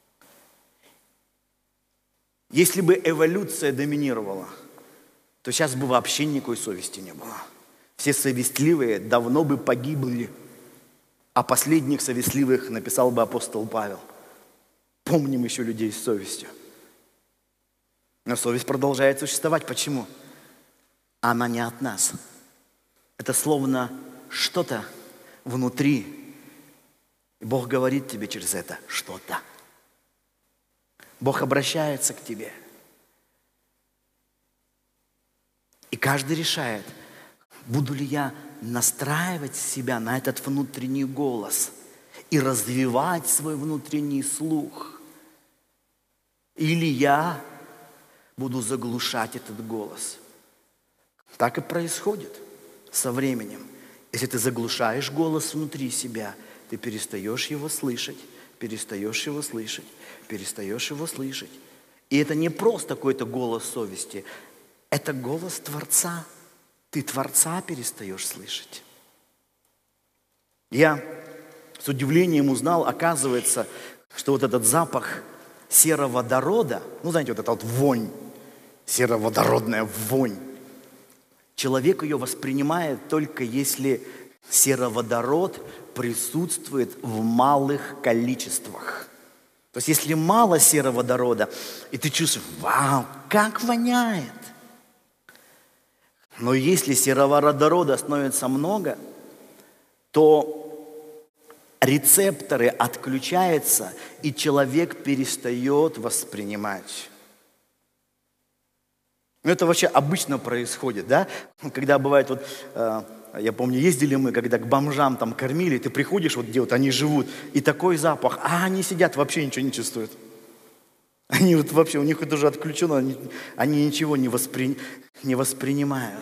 Если бы эволюция доминировала, то сейчас бы вообще никакой совести не было. Все совестливые давно бы погибли. А последних совестливых написал бы апостол Павел. Помним еще людей с совестью. Но совесть продолжает существовать. Почему? Она не от нас. Это словно что-то внутри. И Бог говорит тебе через это что-то. Бог обращается к тебе. И каждый решает, буду ли я настраивать себя на этот внутренний голос и развивать свой внутренний слух. Или я буду заглушать этот голос. Так и происходит со временем. Если ты заглушаешь голос внутри себя, ты перестаешь его слышать, перестаешь его слышать, перестаешь его слышать. И это не просто какой-то голос совести, это голос Творца. Ты Творца перестаешь слышать. Я с удивлением узнал, оказывается, что вот этот запах сероводорода, ну, знаете, вот эта вот вонь, сероводородная вонь, человек ее воспринимает только если сероводород присутствует в малых количествах. То есть если мало сероводорода, и ты чувствуешь, вау, как воняет. Но если сероводорода становится много, то рецепторы отключаются, и человек перестает воспринимать. Ну, это вообще обычно происходит, да? Когда бывает, вот, я помню, ездили мы, когда к бомжам там кормили, ты приходишь, вот где вот они живут, и такой запах, а они сидят, вообще ничего не чувствуют. Они вот вообще, у них это уже отключено, они ничего не воспринимают.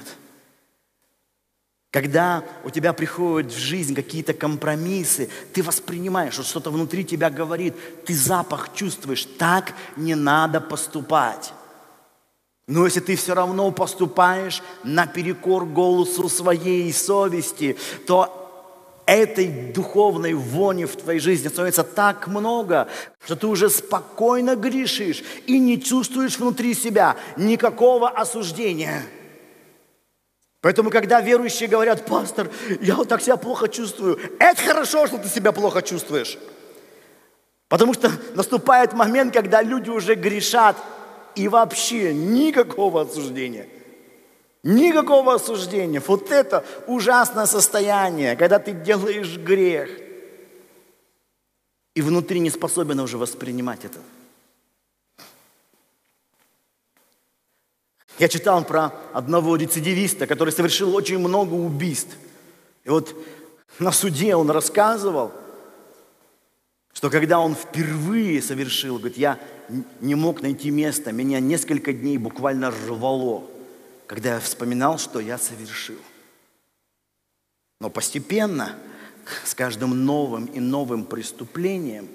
Когда у тебя приходят в жизнь какие-то компромиссы, ты воспринимаешь, вот что-то внутри тебя говорит, ты запах чувствуешь, так не надо поступать. Но если ты все равно поступаешь наперекор голосу своей совести, то этой духовной вони в твоей жизни становится так много, что ты уже спокойно грешишь и не чувствуешь внутри себя никакого осуждения. Поэтому, когда верующие говорят, пастор, я вот так себя плохо чувствую, это хорошо, что ты себя плохо чувствуешь. Потому что наступает момент, когда люди уже грешат, и вообще никакого осуждения. Никакого осуждения. Вот это ужасное состояние, когда ты делаешь грех. И внутри не способен уже воспринимать это. Я читал про одного рецидивиста, который совершил очень много убийств. И вот на суде он рассказывал, что когда он впервые совершил, говорит, я не мог найти место, меня несколько дней буквально рвало, когда я вспоминал, что я совершил. Но постепенно, с каждым новым и новым преступлением,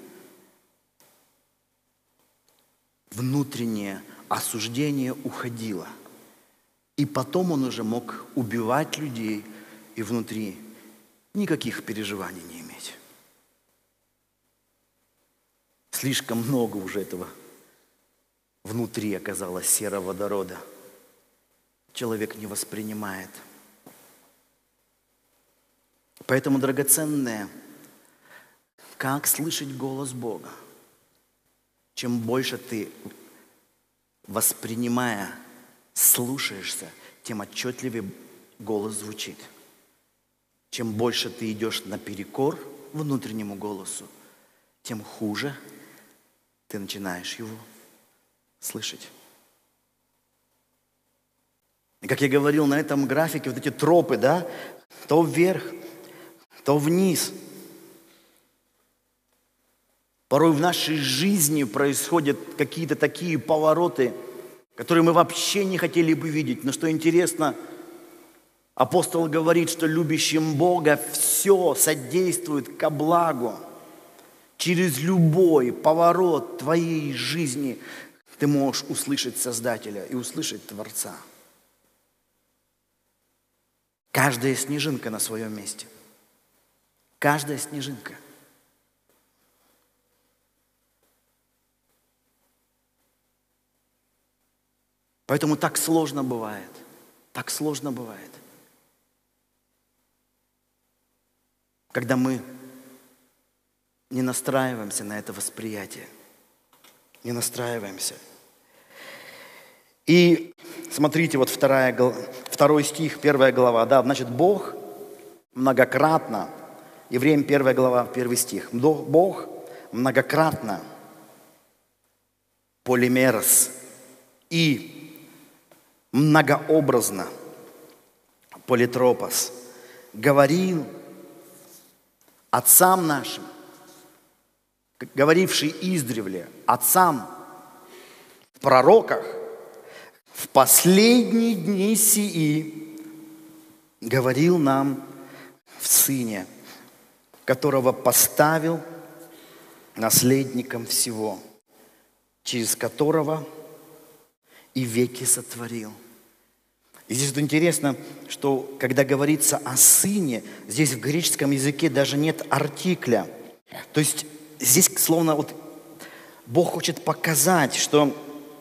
внутреннее осуждение уходило. И потом он уже мог убивать людей и внутри никаких переживаний не иметь. Слишком много уже этого внутри оказалось сероводорода. Человек не воспринимает. Поэтому, драгоценное, как слышать голос Бога? чем больше ты, воспринимая, слушаешься, тем отчетливее голос звучит. Чем больше ты идешь наперекор внутреннему голосу, тем хуже ты начинаешь его слышать. И как я говорил на этом графике, вот эти тропы, да, то вверх, то вниз. Порой в нашей жизни происходят какие-то такие повороты, которые мы вообще не хотели бы видеть. Но что интересно, апостол говорит, что любящим Бога все содействует ко благу. Через любой поворот твоей жизни ты можешь услышать Создателя и услышать Творца. Каждая снежинка на своем месте. Каждая снежинка. Поэтому так сложно бывает. Так сложно бывает. Когда мы не настраиваемся на это восприятие. Не настраиваемся. И смотрите, вот 2 стих, 1 глава. Да, значит, Бог многократно, Евреям 1 глава, 1 стих. Бог многократно, полимерос, и многообразно, политропос, говорил отцам нашим, говоривший издревле, отцам в пророках, в последние дни сии говорил нам в Сыне, которого поставил наследником всего, через которого и веки сотворил. И здесь вот интересно, что когда говорится о Сыне, здесь в греческом языке даже нет артикля. То есть здесь словно вот Бог хочет показать, что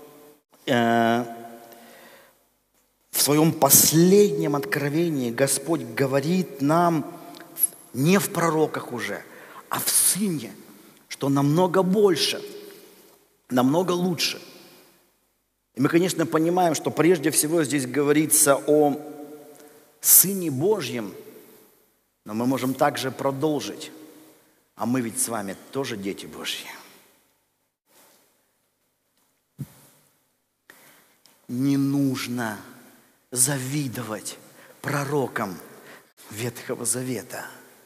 в своем последнем откровении Господь говорит нам не в пророках уже, а в Сыне, что намного больше, намного лучше. И мы, конечно, понимаем, что прежде всего здесь говорится о Сыне Божьем, но мы можем также продолжить. А мы ведь с вами тоже дети Божьи. Не нужно завидовать пророкам Ветхого Завета.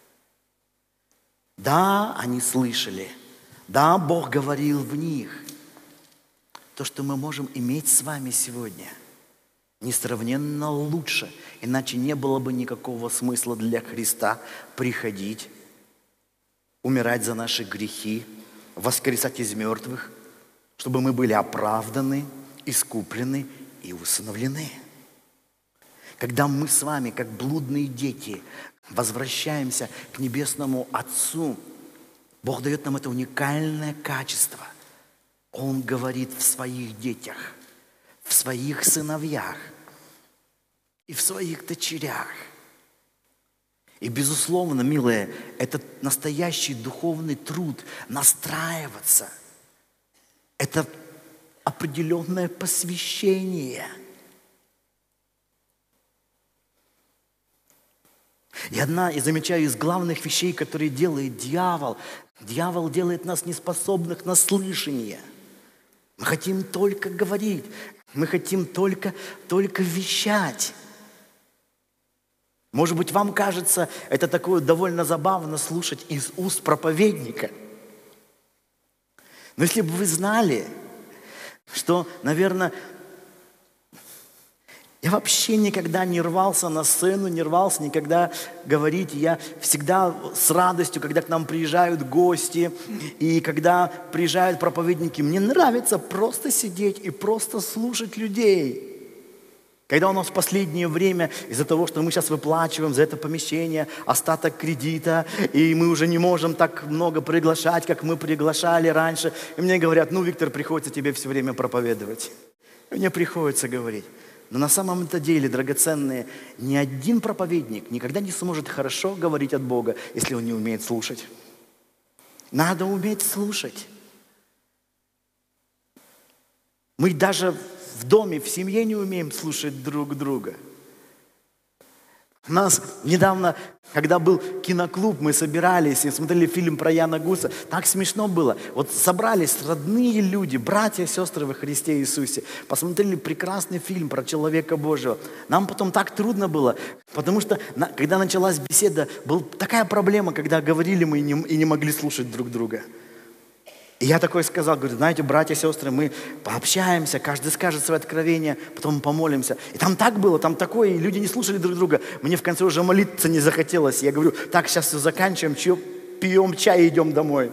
Да, они слышали. Да, Бог говорил в них. То, что мы можем иметь с вами сегодня, несравненно лучше. Иначе не было бы никакого смысла для Христа приходить, умирать за наши грехи, воскресать из мертвых, чтобы мы были оправданы, искуплены и усыновлены. Когда мы с вами, как блудные дети, возвращаемся к Небесному Отцу, Бог дает нам это уникальное качество. Он говорит в своих детях, в своих сыновьях и в своих дочерях. И, безусловно, милые, это настоящий духовный труд настраиваться. Это определенное посвящение. И я замечаю, из главных вещей, которые делает дьявол делает нас неспособных на слышание. Мы хотим только говорить, мы хотим только вещать. Может быть, вам кажется, это такое довольно забавно слушать из уст проповедника. Но если бы вы знали, что, наверное, я вообще никогда не рвался на сцену, не рвался никогда говорить. Я всегда с радостью, когда к нам приезжают гости, и когда приезжают проповедники, мне нравится просто сидеть и просто слушать людей. Когда у нас в последнее время, из-за того, что мы сейчас выплачиваем за это помещение остаток кредита, и мы уже не можем так много приглашать, как мы приглашали раньше, и мне говорят, Виктор, приходится тебе все время проповедовать. И мне приходится говорить. Но на самом-то деле, драгоценные, ни один проповедник никогда не сможет хорошо говорить от Бога, если он не умеет слушать. Надо уметь слушать. Мы даже в доме, в семье не умеем слушать друг друга. У нас недавно, когда был киноклуб, мы собирались и смотрели фильм про Яна Гуса. Так смешно было. Вот собрались родные люди, братья и сестры во Христе Иисусе. Посмотрели прекрасный фильм про человека Божьего. Нам потом так трудно было, потому что, когда началась беседа, была такая проблема, когда говорили мы и не могли слушать друг друга. И я такой сказал, говорю, знаете, братья и сестры, мы пообщаемся, каждый скажет свое откровение, потом помолимся. И там так было, там такое, и люди не слушали друг друга. Мне в конце уже молиться не захотелось. Я говорю, так, сейчас все заканчиваем, пьем чай и идем домой.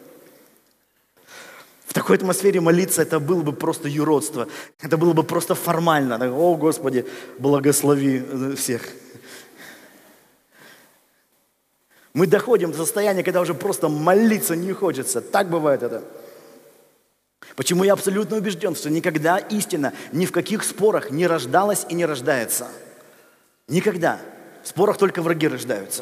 В такой атмосфере молиться это было бы просто юродство. Это было бы просто формально. О, Господи, благослови всех. Мы доходим до состояния, когда уже просто молиться не хочется. Так бывает это. Почему я абсолютно убежден, что никогда истина ни в каких спорах не рождалась и не рождается. Никогда. В спорах только враги рождаются.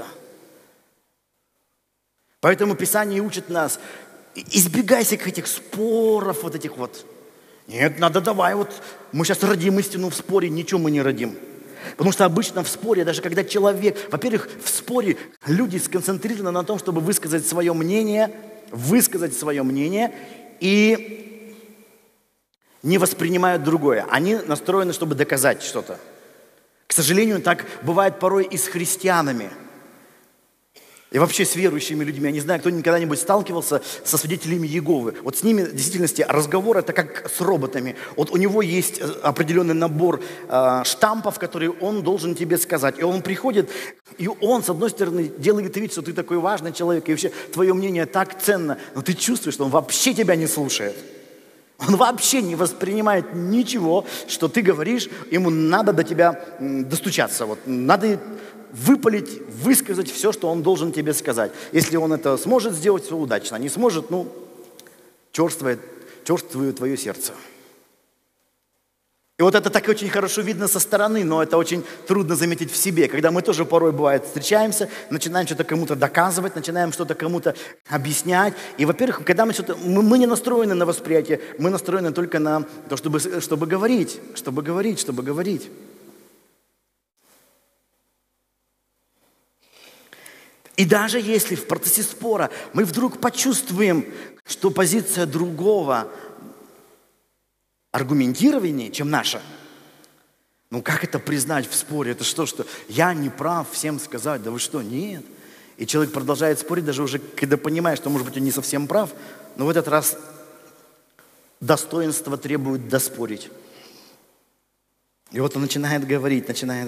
Поэтому Писание учит нас, избегай всех этих споров, вот этих вот. Нет, надо давай, вот мы сейчас родим истину в споре, ничего мы не родим. Потому что обычно в споре, даже когда человек, во-первых, в споре люди сконцентрированы на том, чтобы высказать свое мнение и не воспринимают другое. Они настроены, чтобы доказать что-то. К сожалению, так бывает порой и с христианами. И вообще с верующими людьми. Я не знаю, кто никогда-нибудь сталкивался со свидетелями Иеговы. Вот с ними в действительности разговор это как с роботами. Вот у него есть определенный набор штампов, которые он должен тебе сказать. И он приходит, и он, с одной стороны, делает вид, что ты такой важный человек, и вообще твое мнение так ценно, но ты чувствуешь, что он вообще тебя не слушает. Он вообще не воспринимает ничего, что ты говоришь, ему надо до тебя достучаться. Вот, надо выпалить, высказать все, что он должен тебе сказать. Если он это сможет сделать, все удачно. Не сможет, черствует твое сердце. И вот это так очень хорошо видно со стороны, но это очень трудно заметить в себе, когда мы тоже порой, бывает, встречаемся, начинаем что-то кому-то доказывать, начинаем что-то кому-то объяснять. И, во-первых, когда мы не настроены на восприятие, мы настроены только на то, чтобы говорить. И даже если в процессе спора мы вдруг почувствуем, что позиция другого аргументированнее, чем наша, как это признать в споре? Это что я не прав всем сказать? Да вы что, нет. И человек продолжает спорить, даже уже когда понимает, что, может быть, он не совсем прав, но в этот раз достоинство требует доспорить. И вот он начинает говорить.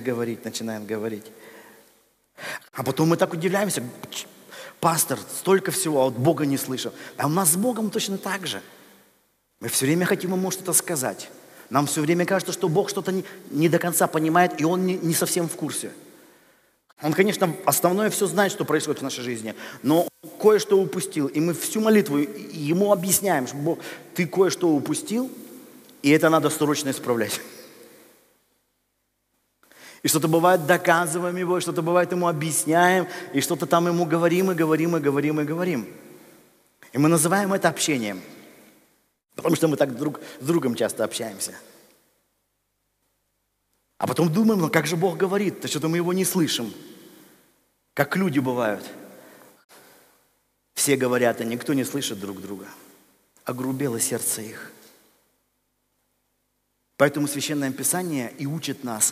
А потом мы так удивляемся, пастор, столько всего, а вот Бога не слышал. А у нас с Богом точно так же. Мы все время хотим ему что-то сказать. Нам все время кажется, что Бог что-то не до конца понимает, и Он не совсем в курсе. Он, конечно, основное все знает, что происходит в нашей жизни, но кое-что упустил. И мы всю молитву Ему объясняем, что Бог, ты кое-что упустил, и это надо срочно исправлять. И что-то бывает доказываем Его, что-то бывает Ему объясняем, и что-то там Ему говорим. И мы называем это общением. Потому что мы так друг с другом часто общаемся. А потом думаем, как же Бог говорит, то что-то мы Его не слышим. Как люди бывают. Все говорят, а никто не слышит друг друга. Огрубело сердце их. Поэтому Священное Писание и учит нас: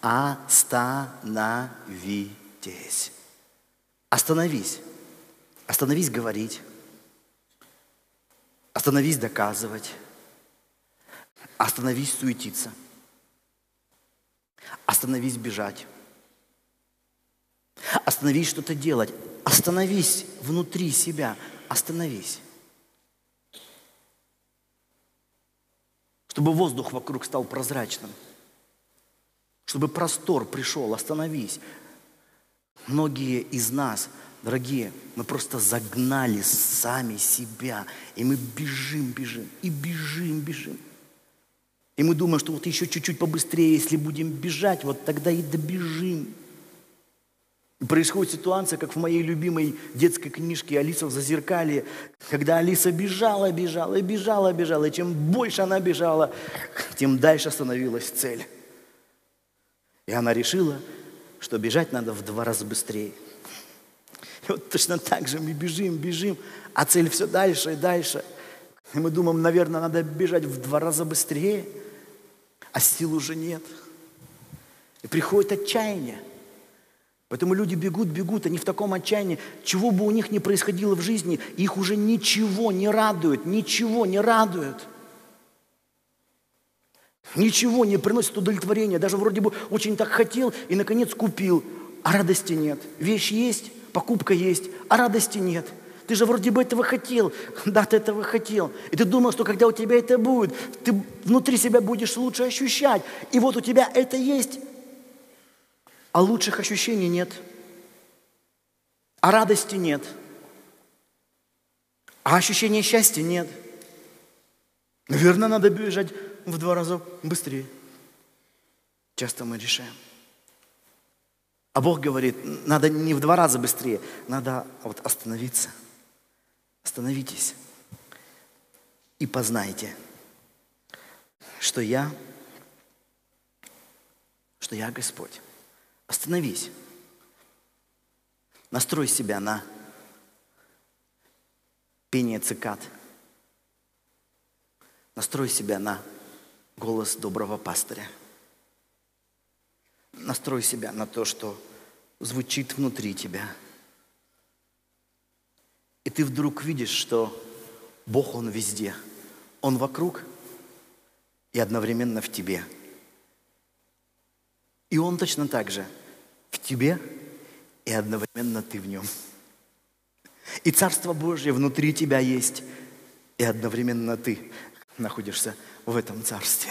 остановитесь. Остановись. Остановись говорить. Остановись доказывать. Остановись суетиться. Остановись бежать. Остановись что-то делать. Остановись внутри себя. Остановись. Чтобы воздух вокруг стал прозрачным. Чтобы простор пришел. Остановись. Многие из нас, дорогие, мы просто загнали сами себя. И мы бежим. И мы думаем, что вот еще чуть-чуть побыстрее, если будем бежать, вот тогда и добежим. И происходит ситуация, как в моей любимой детской книжке «Алиса в зазеркалье», когда Алиса бежала, бежала, бежала, бежала, и чем больше она бежала, тем дальше становилась цель. И она решила, что бежать надо в 2 раза быстрее. И вот точно так же мы бежим, бежим, а цель все дальше и дальше. И мы думаем, наверное, надо бежать в 2 раза быстрее, а сил уже нет. И приходит отчаяние. Поэтому люди бегут, бегут, они в таком отчаянии, чего бы у них ни происходило в жизни, их уже ничего не радует, ничего не радует. Ничего не приносит удовлетворения. Даже вроде бы очень так хотел и, наконец, купил, а радости нет. Вещь есть, покупка есть, а радости нет. Ты же вроде бы этого хотел. Да, ты этого хотел. И ты думал, что когда у тебя это будет, ты внутри себя будешь лучше ощущать. И вот у тебя это есть, а лучших ощущений нет. А радости нет. А ощущения счастья нет. Наверное, надо бежать в 2 раза быстрее. Часто мы решаем. А Бог говорит, надо не в 2 раза быстрее, надо вот остановиться. Остановитесь и познайте, что я Господь. Остановись. Настрой себя на пение цикад. Настрой себя на голос доброго пастыря. Настрой себя на то, что звучит внутри тебя. И ты вдруг видишь, что Бог, Он везде. Он вокруг и одновременно в тебе. И Он точно так же в тебе и одновременно ты в Нем. И Царство Божье внутри тебя есть, и одновременно ты находишься в этом Царстве.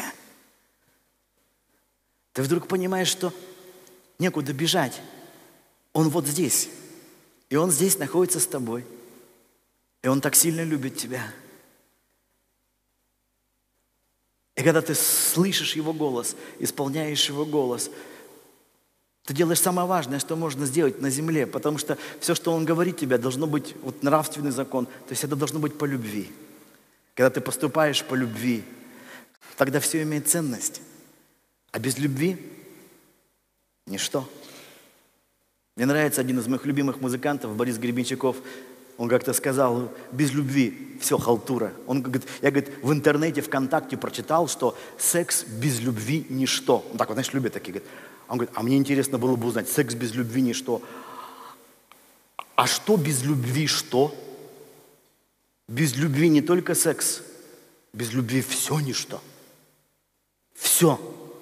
Ты вдруг понимаешь, что некуда бежать. Он вот здесь. И Он здесь находится с тобой. И Он так сильно любит тебя. И когда ты слышишь Его голос, исполняешь Его голос, ты делаешь самое важное, что можно сделать на земле, потому что все, что Он говорит тебе, должно быть вот нравственный закон. То есть это должно быть по любви. Когда ты поступаешь по любви, тогда все имеет ценность. А без любви – ничто. Мне нравится один из моих любимых музыкантов, Борис Гребенщиков. Он как-то сказал, без любви все халтура. Он говорит, я в интернете, ВКонтакте прочитал, что секс без любви – ничто. Он так вот, знаешь, любят такие. Он говорит, а мне интересно было бы узнать, секс без любви – ничто. А что без любви что? Без любви не только секс, без любви все ничто. Все.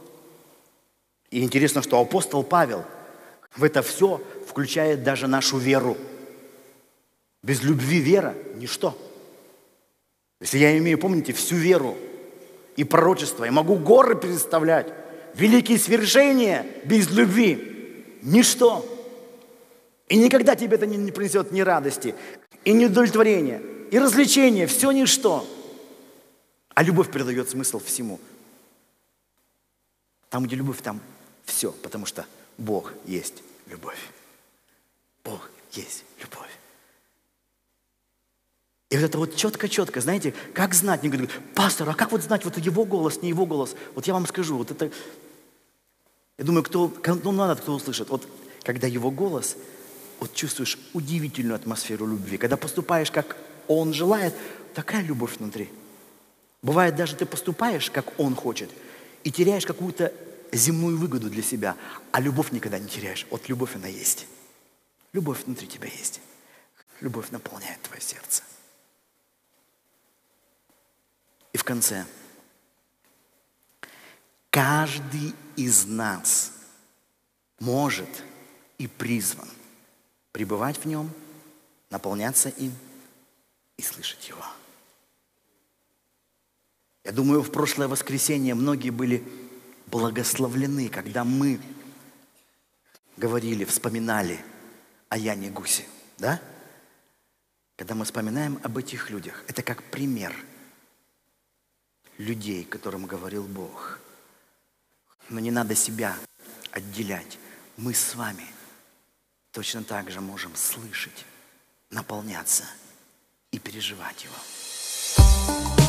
И интересно, что апостол Павел в это все включает даже нашу веру. Без любви вера – ничто. Если я имею, помните, всю веру и пророчество, я могу горы представлять, великие свершения без любви – ничто. И никогда тебе это не принесет ни радости, и ни удовлетворения, и развлечения, все ничто. А любовь придает смысл всему. Там, где любовь, там все, потому что Бог есть любовь. Бог есть любовь. И вот это вот четко-четко, знаете, как знать? Мне говорят, пастор, а как вот знать, вот его голос, не его голос? Вот я вам скажу, вот это, я думаю, кто услышит. Вот когда его голос, вот чувствуешь удивительную атмосферу любви. Когда поступаешь, как он желает, такая любовь внутри. Бывает, даже ты поступаешь, как он хочет, и теряешь какую-то земную выгоду для себя, а любовь никогда не теряешь. Вот любовь, она есть. Любовь внутри тебя есть. Любовь наполняет твое сердце. И в конце. Каждый из нас может и призван пребывать в нем, наполняться им и слышать его. Я думаю, в прошлое воскресенье многие были благословлены, когда мы говорили, вспоминали о Яне Гусе, да? Когда мы вспоминаем об этих людях, это как пример людей, которым говорил Бог. Но не надо себя отделять. Мы с вами точно так же можем слышать, наполняться и переживать его.